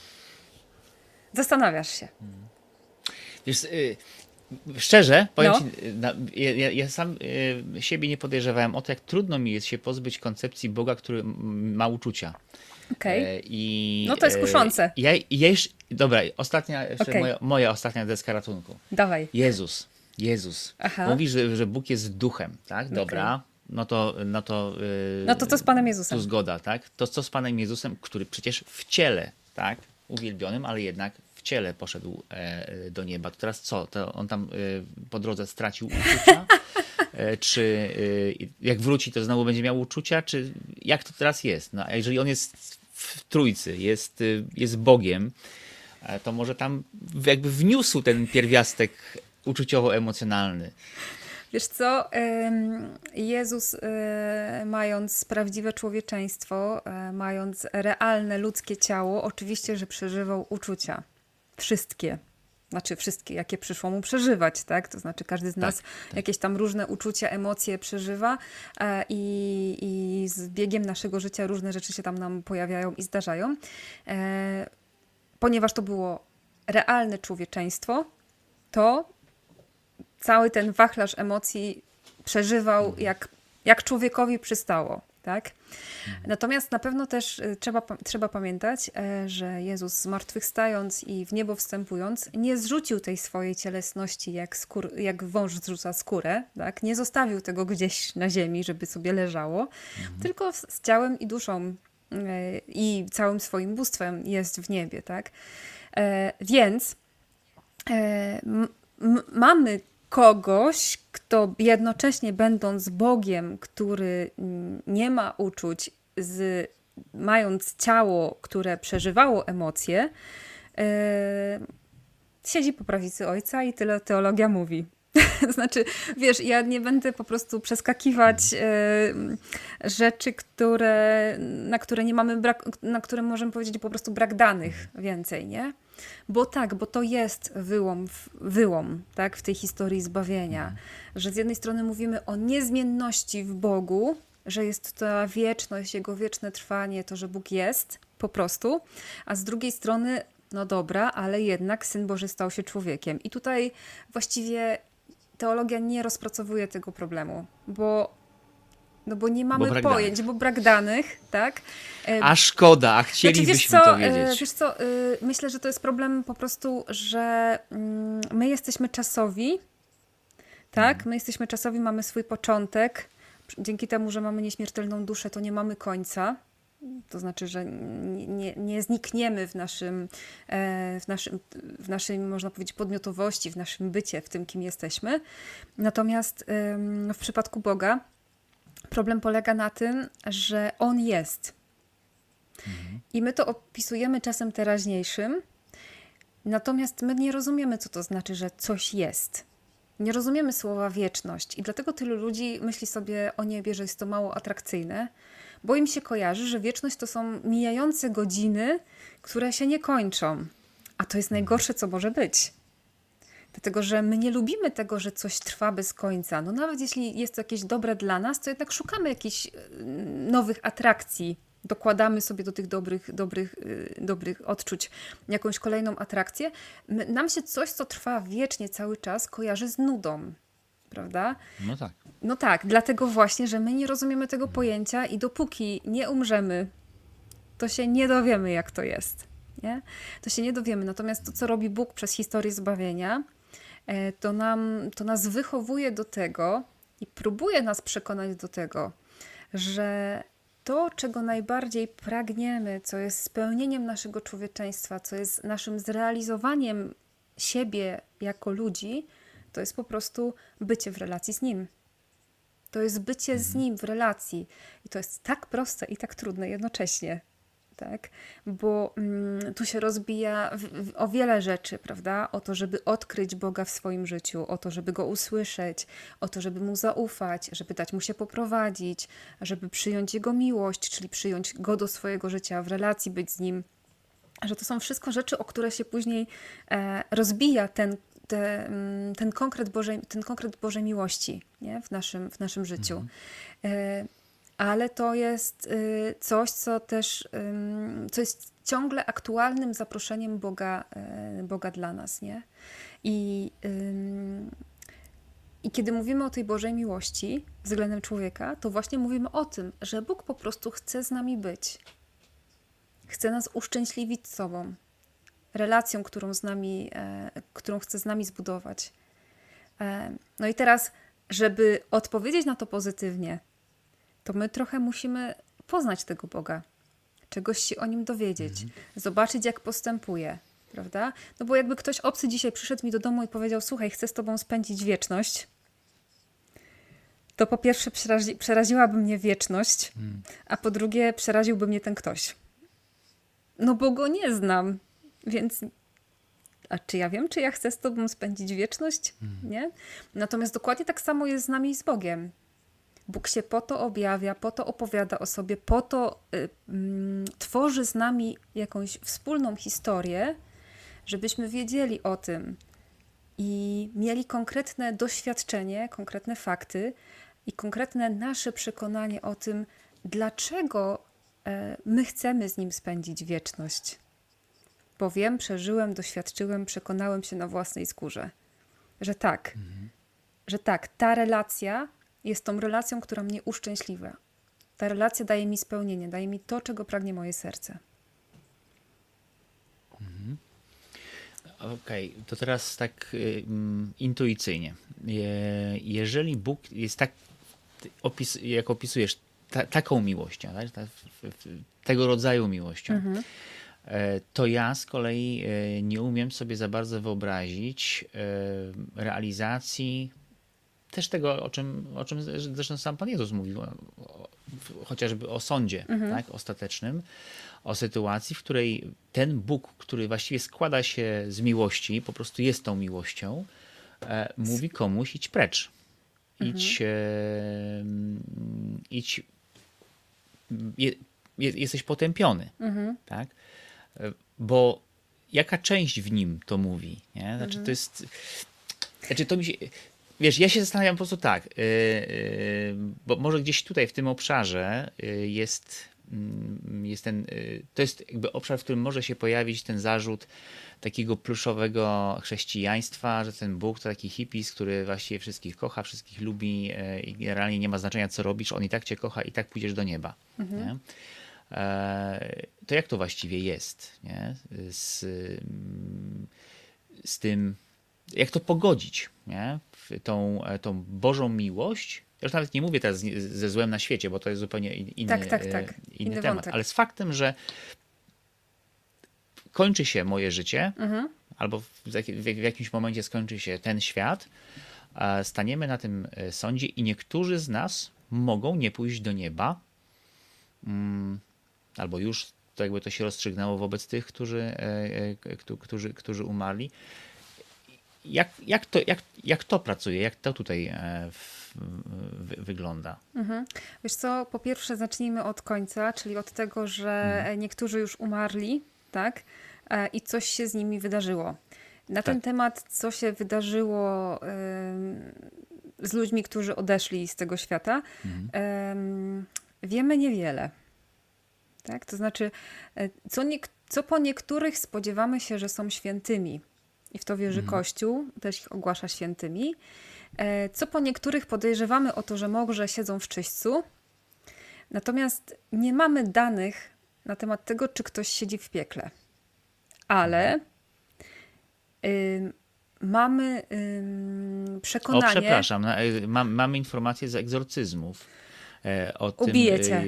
zastanawiasz się. Wiesz, y Szczerze, powiem no. ci, ja, ja sam y, siebie nie podejrzewałem o to, jak trudno mi jest się pozbyć koncepcji Boga, który ma uczucia. Okej. Okay. E, no to jest kuszące. E, ja, ja jeszcze, dobra, ostatnia, jeszcze okay. moja, moja ostatnia deska ratunku. Dawaj. Jezus. Jezus. Aha. Mówi, że, że Bóg jest duchem, tak? Dobra. Okay. No to, no to, yy, no to co z Panem Jezusem? Tu zgoda, tak? To co z Panem Jezusem, który przecież w ciele, tak? Uwielbionym, ale jednak w ciele poszedł e, do nieba. To teraz co? To on tam e, po drodze stracił uczucia? E, czy y, jak wróci, to znowu będzie miał uczucia, czy jak to teraz jest? No, a jeżeli on jest w Trójcy, jest, y, jest Bogiem, to może tam jakby wniósł ten pierwiastek uczuciowo-emocjonalny. Wiesz co, Jezus, mając prawdziwe człowieczeństwo, mając realne ludzkie ciało, oczywiście, że przeżywał uczucia. Wszystkie. Znaczy wszystkie, jakie przyszło mu przeżywać, tak? To znaczy każdy z nas tak, tak. jakieś tam różne uczucia, emocje przeżywa i, i z biegiem naszego życia różne rzeczy się tam nam pojawiają i zdarzają. Ponieważ to było realne człowieczeństwo, to cały ten wachlarz emocji przeżywał jak, jak człowiekowi przystało. Tak? Natomiast na pewno też trzeba, trzeba pamiętać, że Jezus zmartwychwstając i w niebo wstępując nie zrzucił tej swojej cielesności jak, skór, jak wąż zrzuca skórę, tak? Nie zostawił tego gdzieś na ziemi, żeby sobie leżało, mhm. tylko z ciałem i duszą i całym swoim bóstwem jest w niebie. Tak? Więc m- m- mamy kogoś, kto jednocześnie będąc Bogiem, który nie ma uczuć, z, mając ciało, które przeżywało emocje, yy, siedzi po prawicy Ojca i tyle teologia mówi. Znaczy, wiesz, ja nie będę po prostu przeskakiwać e, rzeczy, które, na które nie mamy brak, na które możemy powiedzieć po prostu brak danych więcej, nie? Bo tak, bo to jest wyłom, wyłom tak, w tej historii zbawienia, że z jednej strony mówimy o niezmienności w Bogu, że jest ta wieczność, Jego wieczne trwanie, to, że Bóg jest po prostu, a z drugiej strony, no dobra, ale jednak Syn Boży stał się człowiekiem. I tutaj właściwie teologia nie rozpracowuje tego problemu, bo, no bo nie mamy bo pojęć, danych. Bo brak danych, tak? A szkoda, a chcielibyśmy znaczy, wiesz co, to wiedzieć. Wiesz co, myślę, że to jest problem po prostu, że my jesteśmy czasowi, tak? Hmm. My jesteśmy czasowi, mamy swój początek. Dzięki temu, że mamy nieśmiertelną duszę, to nie mamy końca. To znaczy, że nie, nie, nie znikniemy w naszym, w naszym, w naszej, można powiedzieć, podmiotowości, w naszym bycie, w tym, kim jesteśmy. Natomiast w przypadku Boga problem polega na tym, że On jest. Mhm. I my to opisujemy czasem teraźniejszym, natomiast my nie rozumiemy, co to znaczy, że coś jest. Nie rozumiemy słowa wieczność i dlatego tylu ludzi myśli sobie o niebie, że jest to mało atrakcyjne, bo im się kojarzy, że wieczność to są mijające godziny, które się nie kończą. A to jest najgorsze, co może być. Dlatego, że my nie lubimy tego, że coś trwa bez końca. No nawet jeśli jest to jakieś dobre dla nas, to jednak szukamy jakichś nowych atrakcji. Dokładamy sobie do tych dobrych, dobrych, dobrych odczuć jakąś kolejną atrakcję. My, nam się coś, co trwa wiecznie cały czas, kojarzy z nudą. Prawda? No tak. No tak, dlatego właśnie, że my nie rozumiemy tego pojęcia i dopóki nie umrzemy, to się nie dowiemy, jak to jest. Nie? To się nie dowiemy. Natomiast to, co robi Bóg przez historię zbawienia, to, nam, to nas wychowuje do tego i próbuje nas przekonać do tego, że to, czego najbardziej pragniemy, co jest spełnieniem naszego człowieczeństwa, co jest naszym zrealizowaniem siebie jako ludzi, to jest po prostu bycie w relacji z Nim. To jest bycie z Nim w relacji. I to jest tak proste i tak trudne jednocześnie. Tak? Bo mm, tu się rozbija w, w, o wiele rzeczy, prawda? O to, żeby odkryć Boga w swoim życiu, o to, żeby Go usłyszeć, o to, żeby Mu zaufać, żeby dać Mu się poprowadzić, żeby przyjąć Jego miłość, czyli przyjąć Go do swojego życia, w relacji być z Nim. Że to są wszystko rzeczy, o które się później e, rozbija ten Te, ten, konkret Bożej, ten konkret Bożej miłości, nie? W, naszym, w naszym życiu. Mhm. Ale to jest coś, co też co jest ciągle aktualnym zaproszeniem Boga, Boga dla nas. Nie? I, I kiedy mówimy o tej Bożej miłości względem człowieka, to właśnie mówimy o tym, że Bóg po prostu chce z nami być. Chce nas uszczęśliwić sobą. Relacją, którą, z nami, e, którą chce z nami zbudować. E, no i teraz, żeby odpowiedzieć na to pozytywnie, to my trochę musimy poznać tego Boga, czegoś się o Nim dowiedzieć, mhm. zobaczyć, jak postępuje, prawda? No bo jakby ktoś obcy dzisiaj przyszedł mi do domu i powiedział, słuchaj, chcę z Tobą spędzić wieczność, to po pierwsze przerazi, przeraziłaby mnie wieczność, hmm. a po drugie przeraziłby mnie ten ktoś. No bo go nie znam, więc a czy ja wiem, czy ja chcę z tobą spędzić wieczność? Hmm. Nie? Natomiast dokładnie tak samo jest z nami i z Bogiem. Bóg się po to objawia, po to opowiada o sobie, po to y, y, tworzy z nami jakąś wspólną historię, żebyśmy wiedzieli o tym i mieli konkretne doświadczenie, konkretne fakty i konkretne nasze przekonanie o tym, dlaczego y, my chcemy z Nim spędzić wieczność. Bo wiem, przeżyłem, doświadczyłem, przekonałem się na własnej skórze, że tak, mhm. że tak, ta relacja jest tą relacją, która mnie uszczęśliwia. Ta relacja daje mi spełnienie, daje mi to, czego pragnie moje serce. Mhm. Okej, okay. To teraz tak y, intuicyjnie. Je, jeżeli Bóg jest tak, opis, jak opisujesz, ta, taką miłością, tak? ta, tego rodzaju miłością, mhm. to ja z kolei nie umiem sobie za bardzo wyobrazić realizacji też tego, o czym, o czym zresztą sam Pan Jezus mówił, o, o, chociażby o sądzie mhm. tak, ostatecznym, o sytuacji, w której ten Bóg, który właściwie składa się z miłości, po prostu jest tą miłością, e, mówi komuś idź precz. Mhm. Idź, e, idź je, je, jesteś potępiony. Mhm. Tak? Bo jaka część w nim to mówi? Nie? Znaczy mhm. to jest... Znaczy to mi się... Wiesz, ja się zastanawiam po prostu tak, yy, yy, bo może gdzieś tutaj w tym obszarze yy, jest, yy, jest ten, yy, to jest jakby obszar, w którym może się pojawić ten zarzut takiego pluszowego chrześcijaństwa, że ten Bóg to taki hippies, który właściwie wszystkich kocha, wszystkich lubi yy, i generalnie nie ma znaczenia, co robisz, on i tak cię kocha, i tak pójdziesz do nieba. Mhm. Nie? Yy, to jak to właściwie jest? Nie? Z, z tym... Jak to pogodzić, nie? Tą, tą Bożą miłość? Ja już nawet nie mówię teraz ze złem na świecie, bo to jest zupełnie inny, tak, tak, tak. inny, inny temat. Wątek. Ale z faktem, że kończy się moje życie, mhm. albo w, w jakimś momencie skończy się ten świat, staniemy na tym sądzie i niektórzy z nas mogą nie pójść do nieba, albo już to jakby to się rozstrzygnęło wobec tych, którzy, którzy, którzy umarli. Jak, jak, to, jak, jak to pracuje? Jak to tutaj e, w, w, wygląda? Mhm. Wiesz co, po pierwsze zacznijmy od końca, czyli od tego, że mhm. niektórzy już umarli, tak? E, i coś się z nimi wydarzyło. Na tak. ten temat, co się wydarzyło e, z ludźmi, którzy odeszli z tego świata, mhm. e, wiemy niewiele. Tak? To znaczy, co, nie, co po niektórych spodziewamy się, że są świętymi. I w to wierzy mhm. Kościół, też ich ogłasza świętymi. Co po niektórych podejrzewamy o to, że może siedzą w czyśćcu. Natomiast nie mamy danych na temat tego, czy ktoś siedzi w piekle. Ale y, mamy y, przekonanie... O, przepraszam, mam, mamy informacje z egzorcyzmów. O tym, Ubiję cię.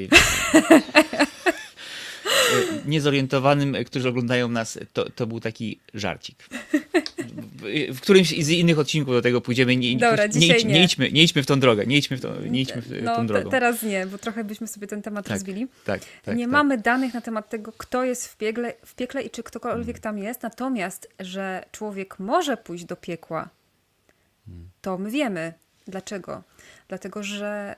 Niezorientowanym, którzy oglądają nas, to, to był taki żarcik. W którymś z innych odcinków do tego pójdziemy. Nie, Dobra, nie, nie, nie, idźmy, nie idźmy w tą drogę. Nie idźmy w, to, nie idźmy w no, tą drogą. Te, teraz nie, bo trochę byśmy sobie ten temat tak, rozbili. Tak, tak, nie tak. mamy danych na temat tego, kto jest w piekle, w piekle i czy ktokolwiek tam jest. Natomiast, że człowiek może pójść do piekła, to my wiemy. Dlaczego? Dlatego, że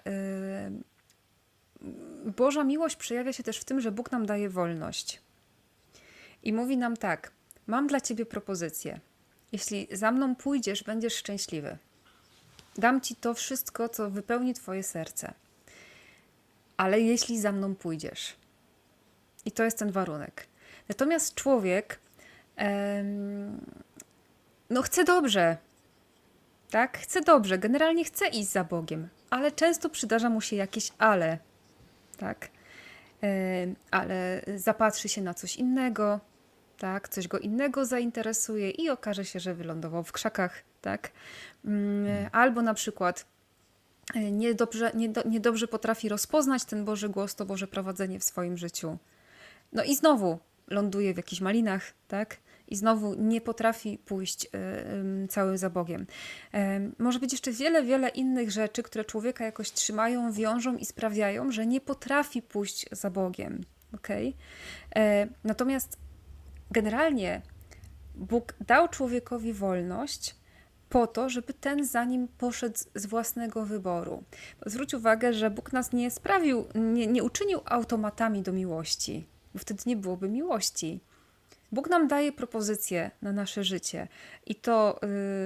yy, Boża miłość przejawia się też w tym, że Bóg nam daje wolność. I mówi nam tak, mam dla ciebie propozycję. Jeśli za mną pójdziesz, będziesz szczęśliwy. Dam ci to wszystko, co wypełni twoje serce. Ale jeśli za mną pójdziesz. I to jest ten warunek. Natomiast człowiek em, no chce dobrze. Tak? Chce dobrze. Generalnie chce iść za Bogiem. Ale często przydarza mu się jakieś ale. Tak? Em, ale zapatrzy się na coś innego. Tak, coś go innego zainteresuje i okaże się, że wylądował w krzakach, tak? Albo na przykład niedobrze, niedo, niedobrze potrafi rozpoznać ten Boży głos, to Boże prowadzenie w swoim życiu. No i znowu ląduje w jakichś malinach, tak? i znowu nie potrafi pójść całym za Bogiem. Może być jeszcze wiele, wiele innych rzeczy, które człowieka jakoś trzymają, wiążą i sprawiają, że nie potrafi pójść za Bogiem. Okay? Natomiast generalnie Bóg dał człowiekowi wolność po to, żeby ten za nim poszedł z własnego wyboru. Zwróć uwagę, że Bóg nas nie sprawił, nie, nie uczynił automatami do miłości, bo wtedy nie byłoby miłości. Bóg nam daje propozycje na nasze życie i to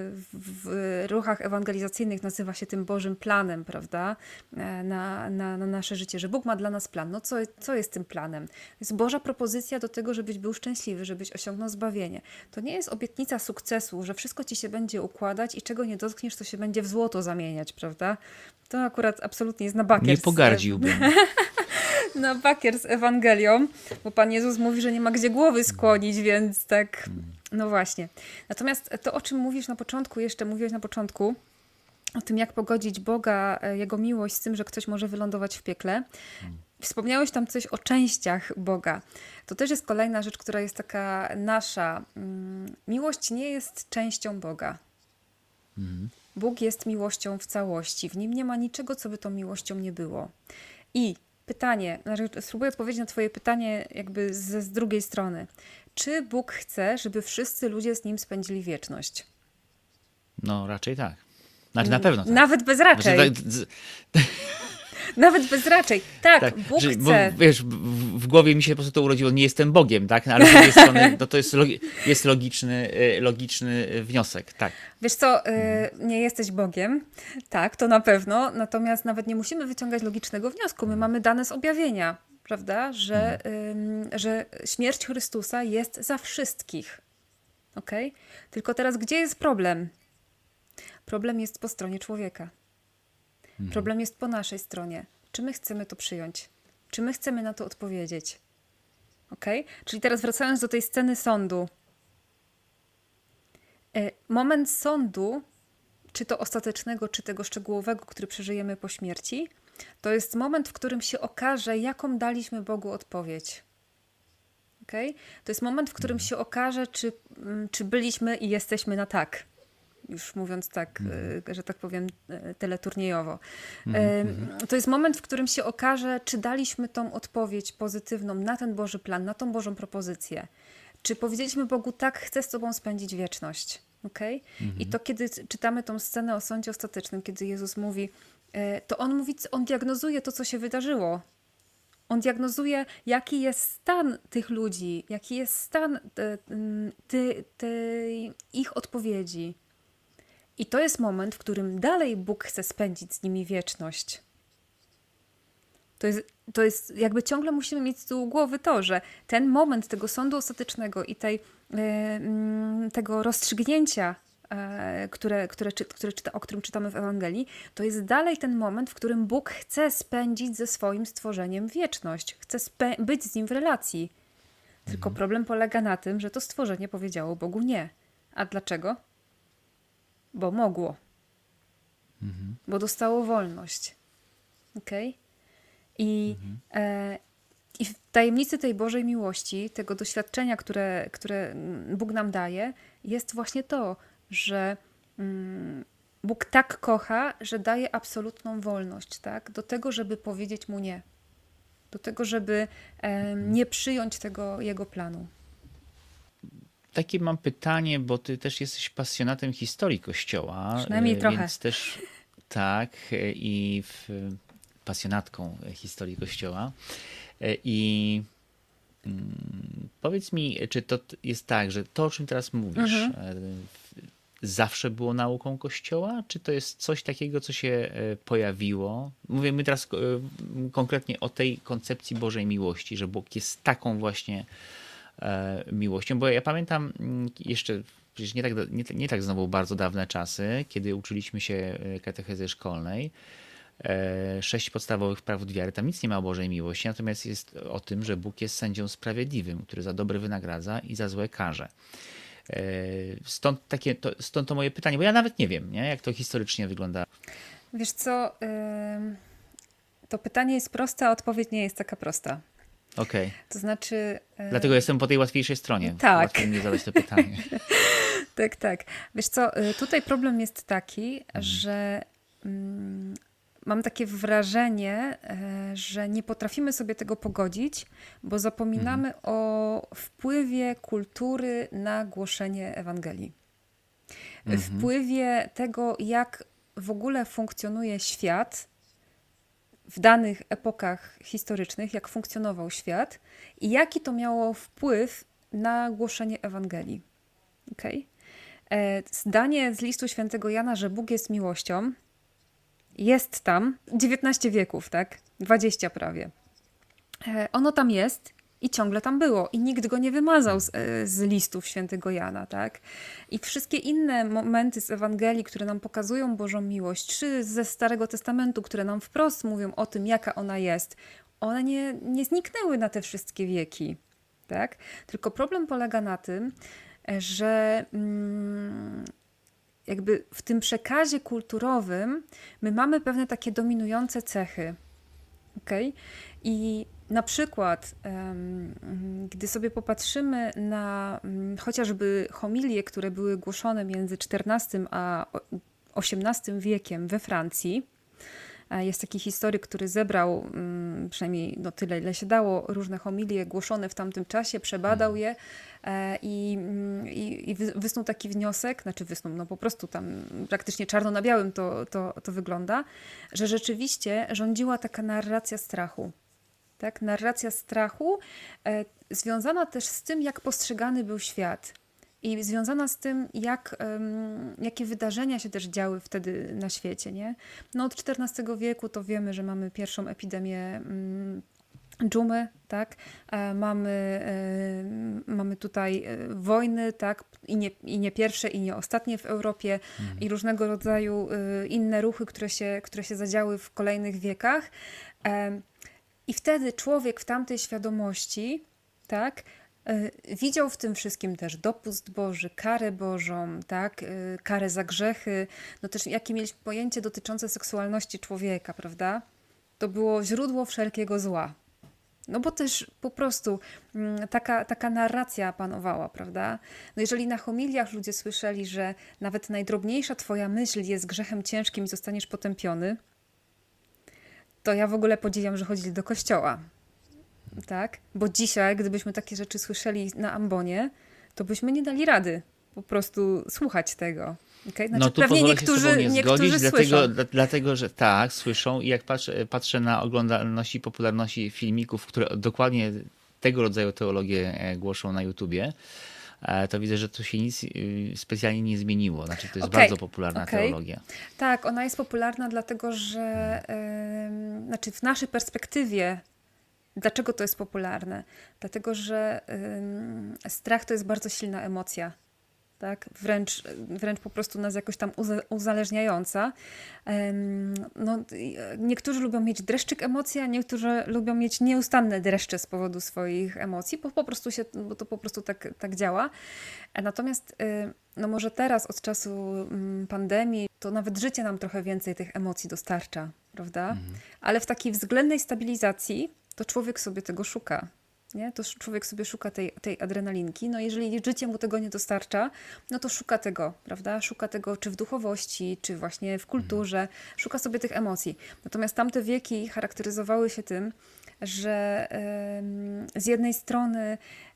w ruchach ewangelizacyjnych nazywa się tym Bożym planem, prawda, na, na, na nasze życie, że Bóg ma dla nas plan. No co, co jest tym planem? To jest Boża propozycja do tego, żebyś był szczęśliwy, żebyś osiągnął zbawienie. To nie jest obietnica sukcesu, że wszystko ci się będzie układać i czego nie dotkniesz, to się będzie w złoto zamieniać, prawda? To akurat absolutnie jest na bakier. Nie pogardziłbym. Na bakier z Ewangelią, bo Pan Jezus mówi, że nie ma gdzie głowy skłonić, więc tak, no właśnie. Natomiast to, o czym mówisz na początku, jeszcze mówiłeś na początku, o tym, jak pogodzić Boga, Jego miłość z tym, że ktoś może wylądować w piekle. Wspomniałeś tam coś o częściach Boga. To też jest kolejna rzecz, która jest taka nasza. Miłość nie jest częścią Boga. Mhm. Bóg jest miłością w całości. W Nim nie ma niczego, co by tą miłością nie było. I pytanie, spróbuję odpowiedzieć na twoje pytanie jakby z, z drugiej strony. Czy Bóg chce, żeby wszyscy ludzie z Nim spędzili wieczność? No raczej tak. Znaczy na pewno tak. Nawet bez raczej. Znaczy, tak, z... Nawet bez raczej. Tak, tak Bóg że, chce. Bo, wiesz, w, w głowie mi się po prostu to urodziło, nie jestem Bogiem, tak? No, ale z drugiej strony no, to jest, logi jest logiczny, logiczny wniosek, tak. Wiesz co, yy, nie jesteś Bogiem, tak, to na pewno, natomiast nawet nie musimy wyciągać logicznego wniosku. My mamy dane z objawienia, prawda, że, yy, że śmierć Chrystusa jest za wszystkich. Okay? Tylko teraz gdzie jest problem? Problem jest po stronie człowieka. Problem jest po naszej stronie. Czy my chcemy to przyjąć? Czy my chcemy na to odpowiedzieć? Okay? Czyli teraz wracając do tej sceny sądu. Moment sądu, czy to ostatecznego, czy tego szczegółowego, który przeżyjemy po śmierci, to jest moment, w którym się okaże, jaką daliśmy Bogu odpowiedź. Okay? To jest moment, w którym się okaże, czy, czy byliśmy i jesteśmy na tak. Już mówiąc tak, mm. że tak powiem, teleturniejowo. Mm. To jest moment, w którym się okaże, czy daliśmy tą odpowiedź pozytywną na ten Boży plan, na tą Bożą propozycję. Czy powiedzieliśmy Bogu, tak, chcę z Tobą spędzić wieczność. Okay? Mm-hmm. I to kiedy czytamy tą scenę o sądzie ostatecznym, kiedy Jezus mówi, to On mówi, On diagnozuje to, co się wydarzyło. On diagnozuje, jaki jest stan tych ludzi, jaki jest stan te, te, te ich odpowiedzi. I to jest moment, w którym dalej Bóg chce spędzić z nimi wieczność. To jest, to jest jakby ciągle musimy mieć z tyłu głowy to, że ten moment tego sądu ostatecznego i tej, e, tego rozstrzygnięcia, e, które, które, które czyta, o którym czytamy w Ewangelii, to jest dalej ten moment, w którym Bóg chce spędzić ze swoim stworzeniem wieczność. Chce być z nim w relacji. Tylko mhm. problem polega na tym, że to stworzenie powiedziało Bogu nie. A dlaczego? Bo mogło. Mhm. Bo dostało wolność. Okej? Okay? I, mhm. e, I w tajemnicy tej Bożej miłości, tego doświadczenia, które, które Bóg nam daje, jest właśnie to, że mm, Bóg tak kocha, że daje absolutną wolność, tak? Do tego, żeby powiedzieć Mu nie. Do tego, żeby e, nie przyjąć tego Jego planu. Takie mam pytanie, bo ty też jesteś pasjonatem historii Kościoła. Przynajmniej trochę. Więc też tak i w, pasjonatką historii Kościoła. I mm, powiedz mi, czy to jest tak, że to, o czym teraz mówisz, mhm. zawsze było nauką Kościoła? Czy to jest coś takiego, co się pojawiło? Mówimy teraz konkretnie o tej koncepcji Bożej miłości, że Bóg jest taką właśnie miłością, bo ja pamiętam jeszcze, przecież nie tak, nie, nie tak znowu bardzo dawne czasy, kiedy uczyliśmy się katechezy szkolnej, sześć podstawowych prawd wiary, tam nic nie ma o Bożej miłości, natomiast jest o tym, że Bóg jest sędzią sprawiedliwym, który za dobre wynagradza i za złe karze. Stąd, takie, to, stąd to moje pytanie, bo ja nawet nie wiem, nie, jak to historycznie wygląda. Wiesz co, yy, to pytanie jest proste, a odpowiedź nie jest taka prosta. Okej. To znaczy... Dlatego jestem po tej łatwiejszej stronie. Tak. Łatwiej mi zadać to pytanie. Tak, tak. Wiesz co, tutaj problem jest taki, mhm. że mm, mam takie wrażenie, że nie potrafimy sobie tego pogodzić, bo zapominamy mhm. o wpływie kultury na głoszenie Ewangelii. Mhm. Wpływie tego, jak w ogóle funkcjonuje świat w danych epokach historycznych, jak funkcjonował świat i jaki to miało wpływ na głoszenie Ewangelii. Okay? Zdanie z listu świętego Jana, że Bóg jest miłością, jest tam dziewiętnaście wieków, tak? dwadzieścia prawie. Ono tam jest i ciągle tam było i nikt go nie wymazał z, z listów świętego Jana, tak? I wszystkie inne momenty z Ewangelii, które nam pokazują Bożą miłość, czy ze Starego Testamentu, które nam wprost mówią o tym, jaka ona jest, one nie, nie zniknęły na te wszystkie wieki, tak? Tylko problem polega na tym, że mm, jakby w tym przekazie kulturowym my mamy pewne takie dominujące cechy. Okay? I na przykład, um, gdy sobie popatrzymy na um, chociażby homilie, które były głoszone między czternastym a osiemnastym wiekiem we Francji, jest taki historyk, który zebrał um, przynajmniej no tyle, ile się dało, różne homilie głoszone w tamtym czasie, przebadał je e, i, i, i wysnuł taki wniosek, znaczy wysnuł, no po prostu tam praktycznie czarno na białym to, to, to wygląda, że rzeczywiście rządziła taka narracja strachu. Tak? Narracja strachu e, związana też z tym, jak postrzegany był świat. I związana z tym, jak, um, jakie wydarzenia się też działy wtedy na świecie. Nie? No od czternastego wieku to wiemy, że mamy pierwszą epidemię um, dżumy, tak? E, mamy, e, mamy tutaj e, wojny, tak? I, nie, i nie pierwsze, i nie ostatnie w Europie, mhm. i różnego rodzaju e, inne ruchy, które się, które się zadziały w kolejnych wiekach. E, I wtedy człowiek w tamtej świadomości, tak? Widział w tym wszystkim też dopust Boży, karę Bożą, tak? Karę za grzechy, no też jakie mieliśmy pojęcie dotyczące seksualności człowieka, prawda? To było źródło wszelkiego zła. No bo też po prostu taka, taka narracja panowała, prawda? No jeżeli na homiliach ludzie słyszeli, że nawet najdrobniejsza twoja myśl jest grzechem ciężkim i zostaniesz potępiony, to ja w ogóle podziwiam, że chodzili do kościoła. Tak? Bo dzisiaj, gdybyśmy takie rzeczy słyszeli na ambonie, to byśmy nie dali rady po prostu słuchać tego. Okay? Znaczy, no tu pewnie pozwolę niektórzy, się z tobą nie niektórzy zgodzić, słyszą. dlatego, dlatego, że tak, słyszą i jak patrzę, patrzę na oglądalności, popularności filmików, które dokładnie tego rodzaju teologię głoszą na YouTubie, to widzę, że to się nic specjalnie nie zmieniło. Znaczy, to jest okay. bardzo popularna okay. teologia. Tak, ona jest popularna dlatego, że hmm. yy, znaczy w naszej perspektywie. Dlaczego to jest popularne? Dlatego, że y, strach to jest bardzo silna emocja, tak? Wręcz, wręcz po prostu nas jakoś tam uza, uzależniająca. Ym, no, niektórzy lubią mieć dreszczyk emocji, a niektórzy lubią mieć nieustanne dreszcze z powodu swoich emocji, bo po prostu się, bo to po prostu tak, tak działa. Natomiast y, no może teraz od czasu y, pandemii to nawet życie nam trochę więcej tych emocji dostarcza, prawda? Mhm. Ale w takiej względnej stabilizacji to człowiek sobie tego szuka. Nie? To człowiek sobie szuka tej, tej adrenalinki. No jeżeli życie mu tego nie dostarcza, no to szuka tego, prawda? Szuka tego czy w duchowości, czy właśnie w kulturze. Szuka sobie tych emocji. Natomiast tamte wieki charakteryzowały się tym, że yy, z jednej strony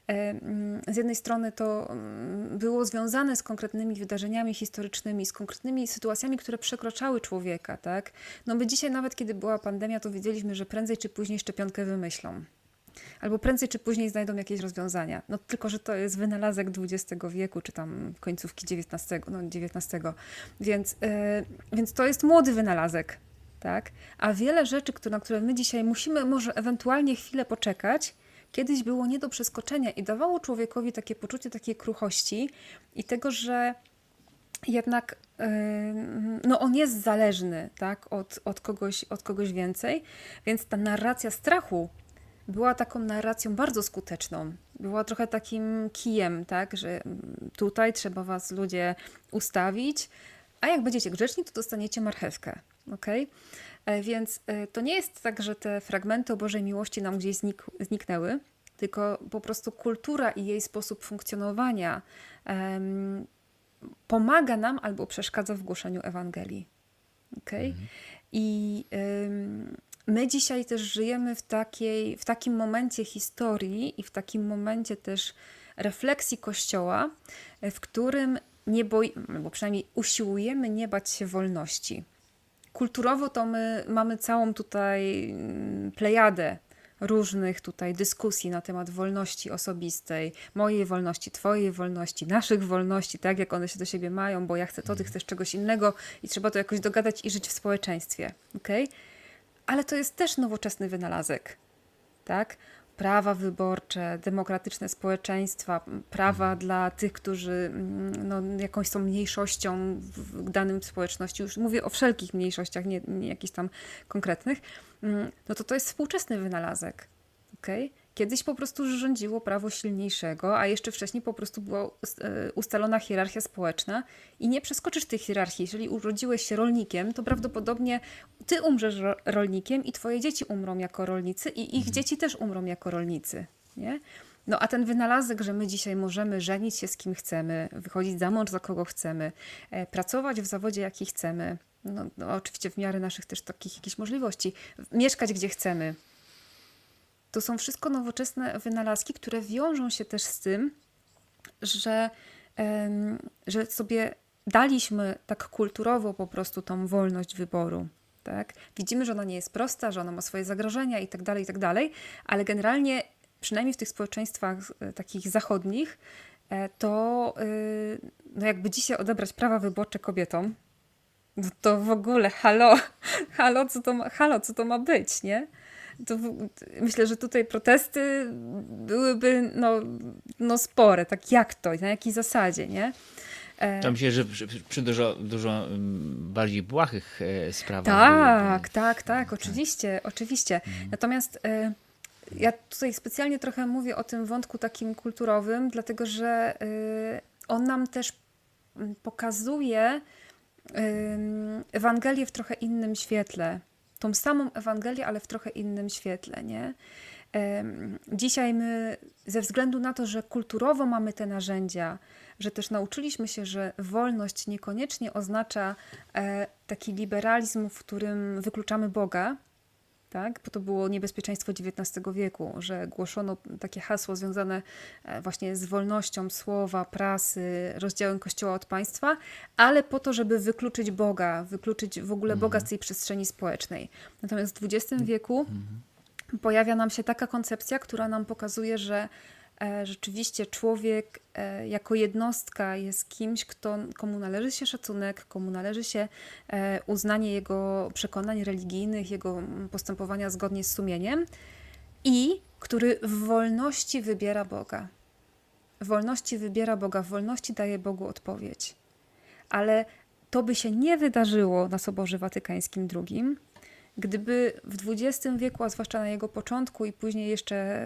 Z jednej strony to było związane z konkretnymi wydarzeniami historycznymi, z konkretnymi sytuacjami, które przekraczały człowieka, tak? No my dzisiaj nawet, kiedy była pandemia, to wiedzieliśmy, że prędzej czy później szczepionkę wymyślą. Albo prędzej czy później znajdą jakieś rozwiązania. No tylko, że to jest wynalazek dwudziestego wieku, czy tam końcówki dziewiętnastego, no dziewiętnastego. Więc, yy, więc to jest młody wynalazek, tak? A wiele rzeczy, które, na które my dzisiaj musimy może ewentualnie chwilę poczekać, kiedyś było nie do przeskoczenia i dawało człowiekowi takie poczucie takiej kruchości i tego, że jednak yy, no on jest zależny, tak, od, od, kogoś, od kogoś więcej, więc ta narracja strachu była taką narracją bardzo skuteczną. Była trochę takim kijem, tak, że tutaj trzeba was ludzie ustawić, a jak będziecie grzeczni, to dostaniecie marchewkę. Okay? Więc to nie jest tak, że te fragmenty o Bożej miłości nam gdzieś znik zniknęły, tylko po prostu kultura i jej sposób funkcjonowania um, pomaga nam albo przeszkadza w głoszeniu Ewangelii. Okay? Mhm. I um, my dzisiaj też żyjemy w, takiej, w takim momencie historii i w takim momencie też refleksji Kościoła, w którym nie boi, albo przynajmniej usiłujemy nie bać się wolności. Kulturowo to my mamy całą tutaj plejadę różnych tutaj dyskusji na temat wolności osobistej, mojej wolności, twojej wolności, naszych wolności, tak jak one się do siebie mają, bo ja chcę to, ty chcesz czegoś innego i trzeba to jakoś dogadać i żyć w społeczeństwie. Okay? Ale to jest też nowoczesny wynalazek. Tak? Prawa wyborcze, demokratyczne społeczeństwa, prawa mhm. dla tych, którzy no, jakąś są mniejszością w danym społeczności, już mówię o wszelkich mniejszościach, nie, nie jakichś tam konkretnych, no to to jest współczesny wynalazek. Okay? Kiedyś po prostu rządziło prawo silniejszego, a jeszcze wcześniej po prostu była ustalona hierarchia społeczna i nie przeskoczysz tej hierarchii. Jeżeli urodziłeś się rolnikiem, to prawdopodobnie ty umrzesz rolnikiem i twoje dzieci umrą jako rolnicy i ich dzieci też umrą jako rolnicy. Nie? No a ten wynalazek, że my dzisiaj możemy żenić się z kim chcemy, wychodzić za mąż za kogo chcemy, pracować w zawodzie jaki chcemy, no, no oczywiście w miarę naszych też takich jakichś możliwości, mieszkać gdzie chcemy. To są wszystko nowoczesne wynalazki, które wiążą się też z tym, że, um, że sobie daliśmy tak kulturowo po prostu tą wolność wyboru. Tak? Widzimy, że ona nie jest prosta, że ona ma swoje zagrożenia i tak dalej, i tak dalej, ale generalnie przynajmniej w tych społeczeństwach takich zachodnich to no jakby dzisiaj odebrać prawa wyborcze kobietom, no to w ogóle halo, halo, co to ma, halo, co to ma być, nie? To myślę, że tutaj protesty byłyby no, no spore, tak jak to, na jakiej zasadzie, nie? To myślę, że przy, przy dużo, dużo bardziej błahych sprawach. Tak, byłyby... tak, tak, oczywiście, tak. oczywiście. Mhm. Natomiast y, ja tutaj specjalnie trochę mówię o tym wątku takim kulturowym, dlatego że y, on nam też pokazuje y, Ewangelię w trochę innym świetle. Tą samą Ewangelię, ale w trochę innym świetle, nie? Dzisiaj my, ze względu na to, że kulturowo mamy te narzędzia, że też nauczyliśmy się, że wolność niekoniecznie oznacza taki liberalizm, w którym wykluczamy Boga, tak? Bo to było niebezpieczeństwo dziewiętnastego wieku, że głoszono takie hasło związane właśnie z wolnością słowa, prasy, rozdziałem Kościoła od państwa, ale po to, żeby wykluczyć Boga, wykluczyć w ogóle Boga z tej przestrzeni społecznej. Natomiast w dwudziestym wieku pojawia nam się taka koncepcja, która nam pokazuje, że e, rzeczywiście człowiek e, jako jednostka jest kimś, kto, komu należy się szacunek, komu należy się e, uznanie jego przekonań religijnych, jego postępowania zgodnie z sumieniem i który w wolności wybiera Boga. W wolności wybiera Boga, w wolności daje Bogu odpowiedź. Ale to by się nie wydarzyło na Soborze Watykańskim drugim, gdyby w dwudziestym wieku, a zwłaszcza na jego początku i później jeszcze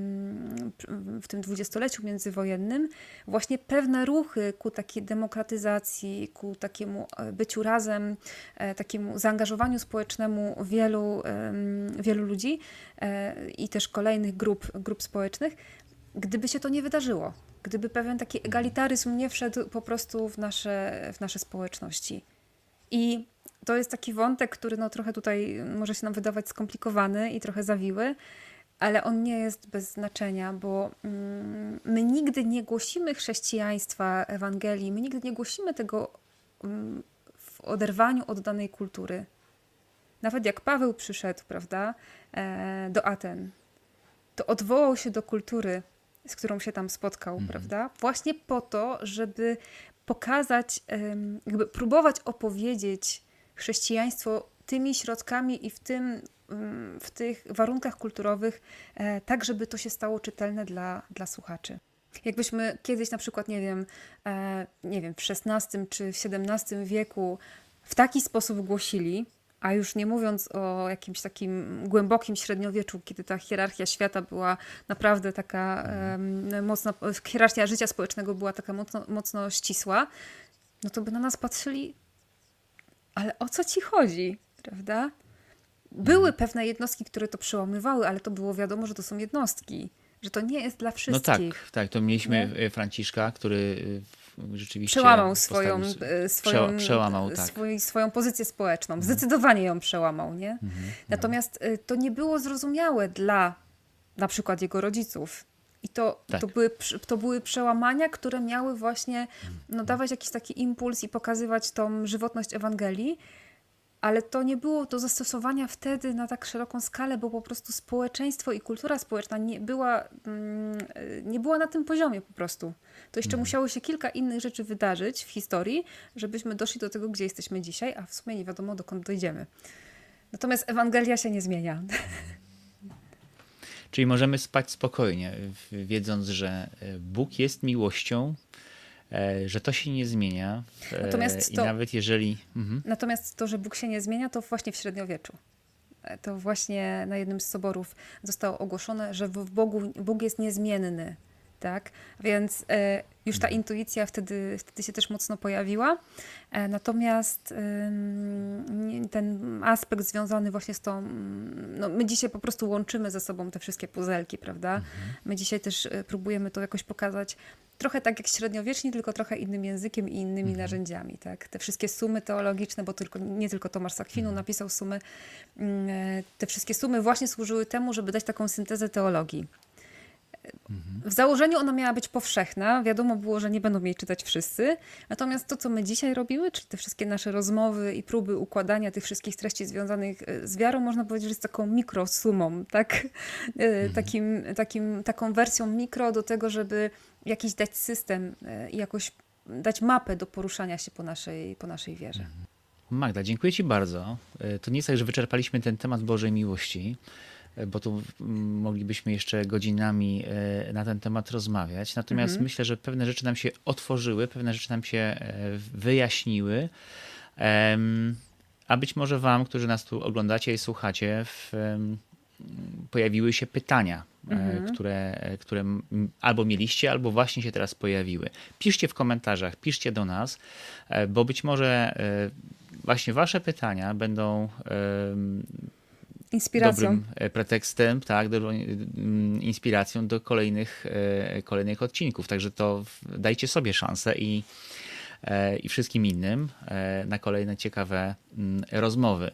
w tym dwudziestoleciu międzywojennym, właśnie pewne ruchy ku takiej demokratyzacji, ku takiemu byciu razem, takiemu zaangażowaniu społecznemu wielu, wielu ludzi i też kolejnych grup, grup społecznych, gdyby się to nie wydarzyło, gdyby pewien taki egalitaryzm nie wszedł po prostu w nasze, w nasze społeczności. I to jest taki wątek, który no trochę tutaj może się nam wydawać skomplikowany i trochę zawiły, ale on nie jest bez znaczenia, bo mm, my nigdy nie głosimy chrześcijaństwa, Ewangelii, my nigdy nie głosimy tego mm, w oderwaniu od danej kultury. Nawet jak Paweł przyszedł, prawda, e, do Aten, to odwołał się do kultury, z którą się tam spotkał, mhm. prawda? Właśnie po to, żeby pokazać, jakby próbować opowiedzieć chrześcijaństwo tymi środkami i w, tym, w tych warunkach kulturowych, tak żeby to się stało czytelne dla, dla słuchaczy. Jakbyśmy kiedyś na przykład, nie wiem, nie wiem, w szesnastym czy w siedemnastym wieku w taki sposób głosili, a już nie mówiąc o jakimś takim głębokim średniowieczu, kiedy ta hierarchia świata była naprawdę taka um, mocno, hierarchia życia społecznego była taka mocno, mocno ścisła, no to by na nas patrzyli, ale o co ci chodzi, prawda? były pewne jednostki, które to przełamywały, ale to było wiadomo, że to są jednostki, że to nie jest dla wszystkich. No tak, tak. To mieliśmy nie? Franciszka, który rzeczywiście przełamał swoją, swoją, prze, przełamał, tak. swój, swoją pozycję społeczną. Zdecydowanie ją przełamał, nie? Mhm, Natomiast mhm. to nie było zrozumiałe dla na przykład jego rodziców. I to, tak. to, były, to były przełamania, które miały właśnie no, dawać jakiś taki impuls i pokazywać tą żywotność Ewangelii, ale to nie było do zastosowania wtedy na tak szeroką skalę, bo po prostu społeczeństwo i kultura społeczna nie była, nie była na tym poziomie po prostu. To jeszcze mhm. musiało się kilka innych rzeczy wydarzyć w historii, żebyśmy doszli do tego, gdzie jesteśmy dzisiaj, a w sumie nie wiadomo, dokąd dojdziemy. Natomiast Ewangelia się nie zmienia. Czyli możemy spać spokojnie, wiedząc, że Bóg jest miłością, że to się nie zmienia. Natomiast I to, nawet jeżeli... Mhm. Natomiast to, że Bóg się nie zmienia, to właśnie w średniowieczu. To właśnie na jednym z soborów zostało ogłoszone, że w Bogu, Bóg jest niezmienny. Tak? Więc e, już ta intuicja wtedy, wtedy się też mocno pojawiła. E, natomiast e, ten aspekt związany właśnie z tą... No, my dzisiaj po prostu łączymy ze sobą te wszystkie puzelki, prawda? Mhm. My dzisiaj też próbujemy to jakoś pokazać trochę tak jak średniowieczni, tylko trochę innym językiem i innymi mhm. narzędziami. Tak? Te wszystkie sumy teologiczne, bo tylko, nie tylko Tomasz z Akwinu mhm. napisał sumy, te wszystkie sumy właśnie służyły temu, żeby dać taką syntezę teologii. W założeniu ona miała być powszechna. Wiadomo było, że nie będą jej czytać wszyscy. Natomiast to, co my dzisiaj robimy, czyli te wszystkie nasze rozmowy i próby układania tych wszystkich treści związanych z wiarą, można powiedzieć, że jest taką mikrosumą, tak? Mhm. Takim, takim, taką wersją mikro do tego, żeby jakiś dać system i jakoś dać mapę do poruszania się po naszej, po naszej wierze. Magda, dziękuję Ci bardzo. To nie jest tak, że wyczerpaliśmy ten temat Bożej miłości, bo tu moglibyśmy jeszcze godzinami na ten temat rozmawiać. Natomiast mhm. myślę, że pewne rzeczy nam się otworzyły, pewne rzeczy nam się wyjaśniły, a być może wam, którzy nas tu oglądacie i słuchacie, w, pojawiły się pytania, mhm. które, które albo mieliście, albo właśnie się teraz pojawiły. Piszcie w komentarzach, piszcie do nas, bo być może właśnie wasze pytania będą inspiracją. Dobrym pretekstem, tak, dobrą inspiracją do kolejnych, kolejnych odcinków. Także to dajcie sobie szansę i, i wszystkim innym na kolejne ciekawe rozmowy.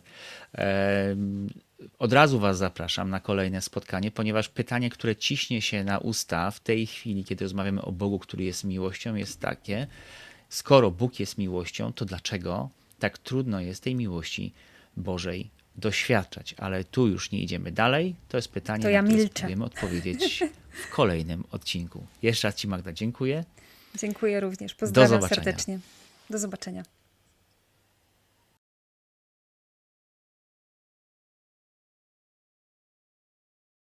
Od razu was zapraszam na kolejne spotkanie, ponieważ pytanie, które ciśnie się na usta w tej chwili, kiedy rozmawiamy o Bogu, który jest miłością, jest takie: skoro Bóg jest miłością, to dlaczego tak trudno jest tej miłości Bożej doświadczać? Ale tu już nie idziemy dalej. To jest pytanie, to ja na które milczę. spróbujemy odpowiedzieć w kolejnym odcinku. Jeszcze raz Ci, Magda, dziękuję. Dziękuję również. Pozdrawiam Do serdecznie. Do zobaczenia.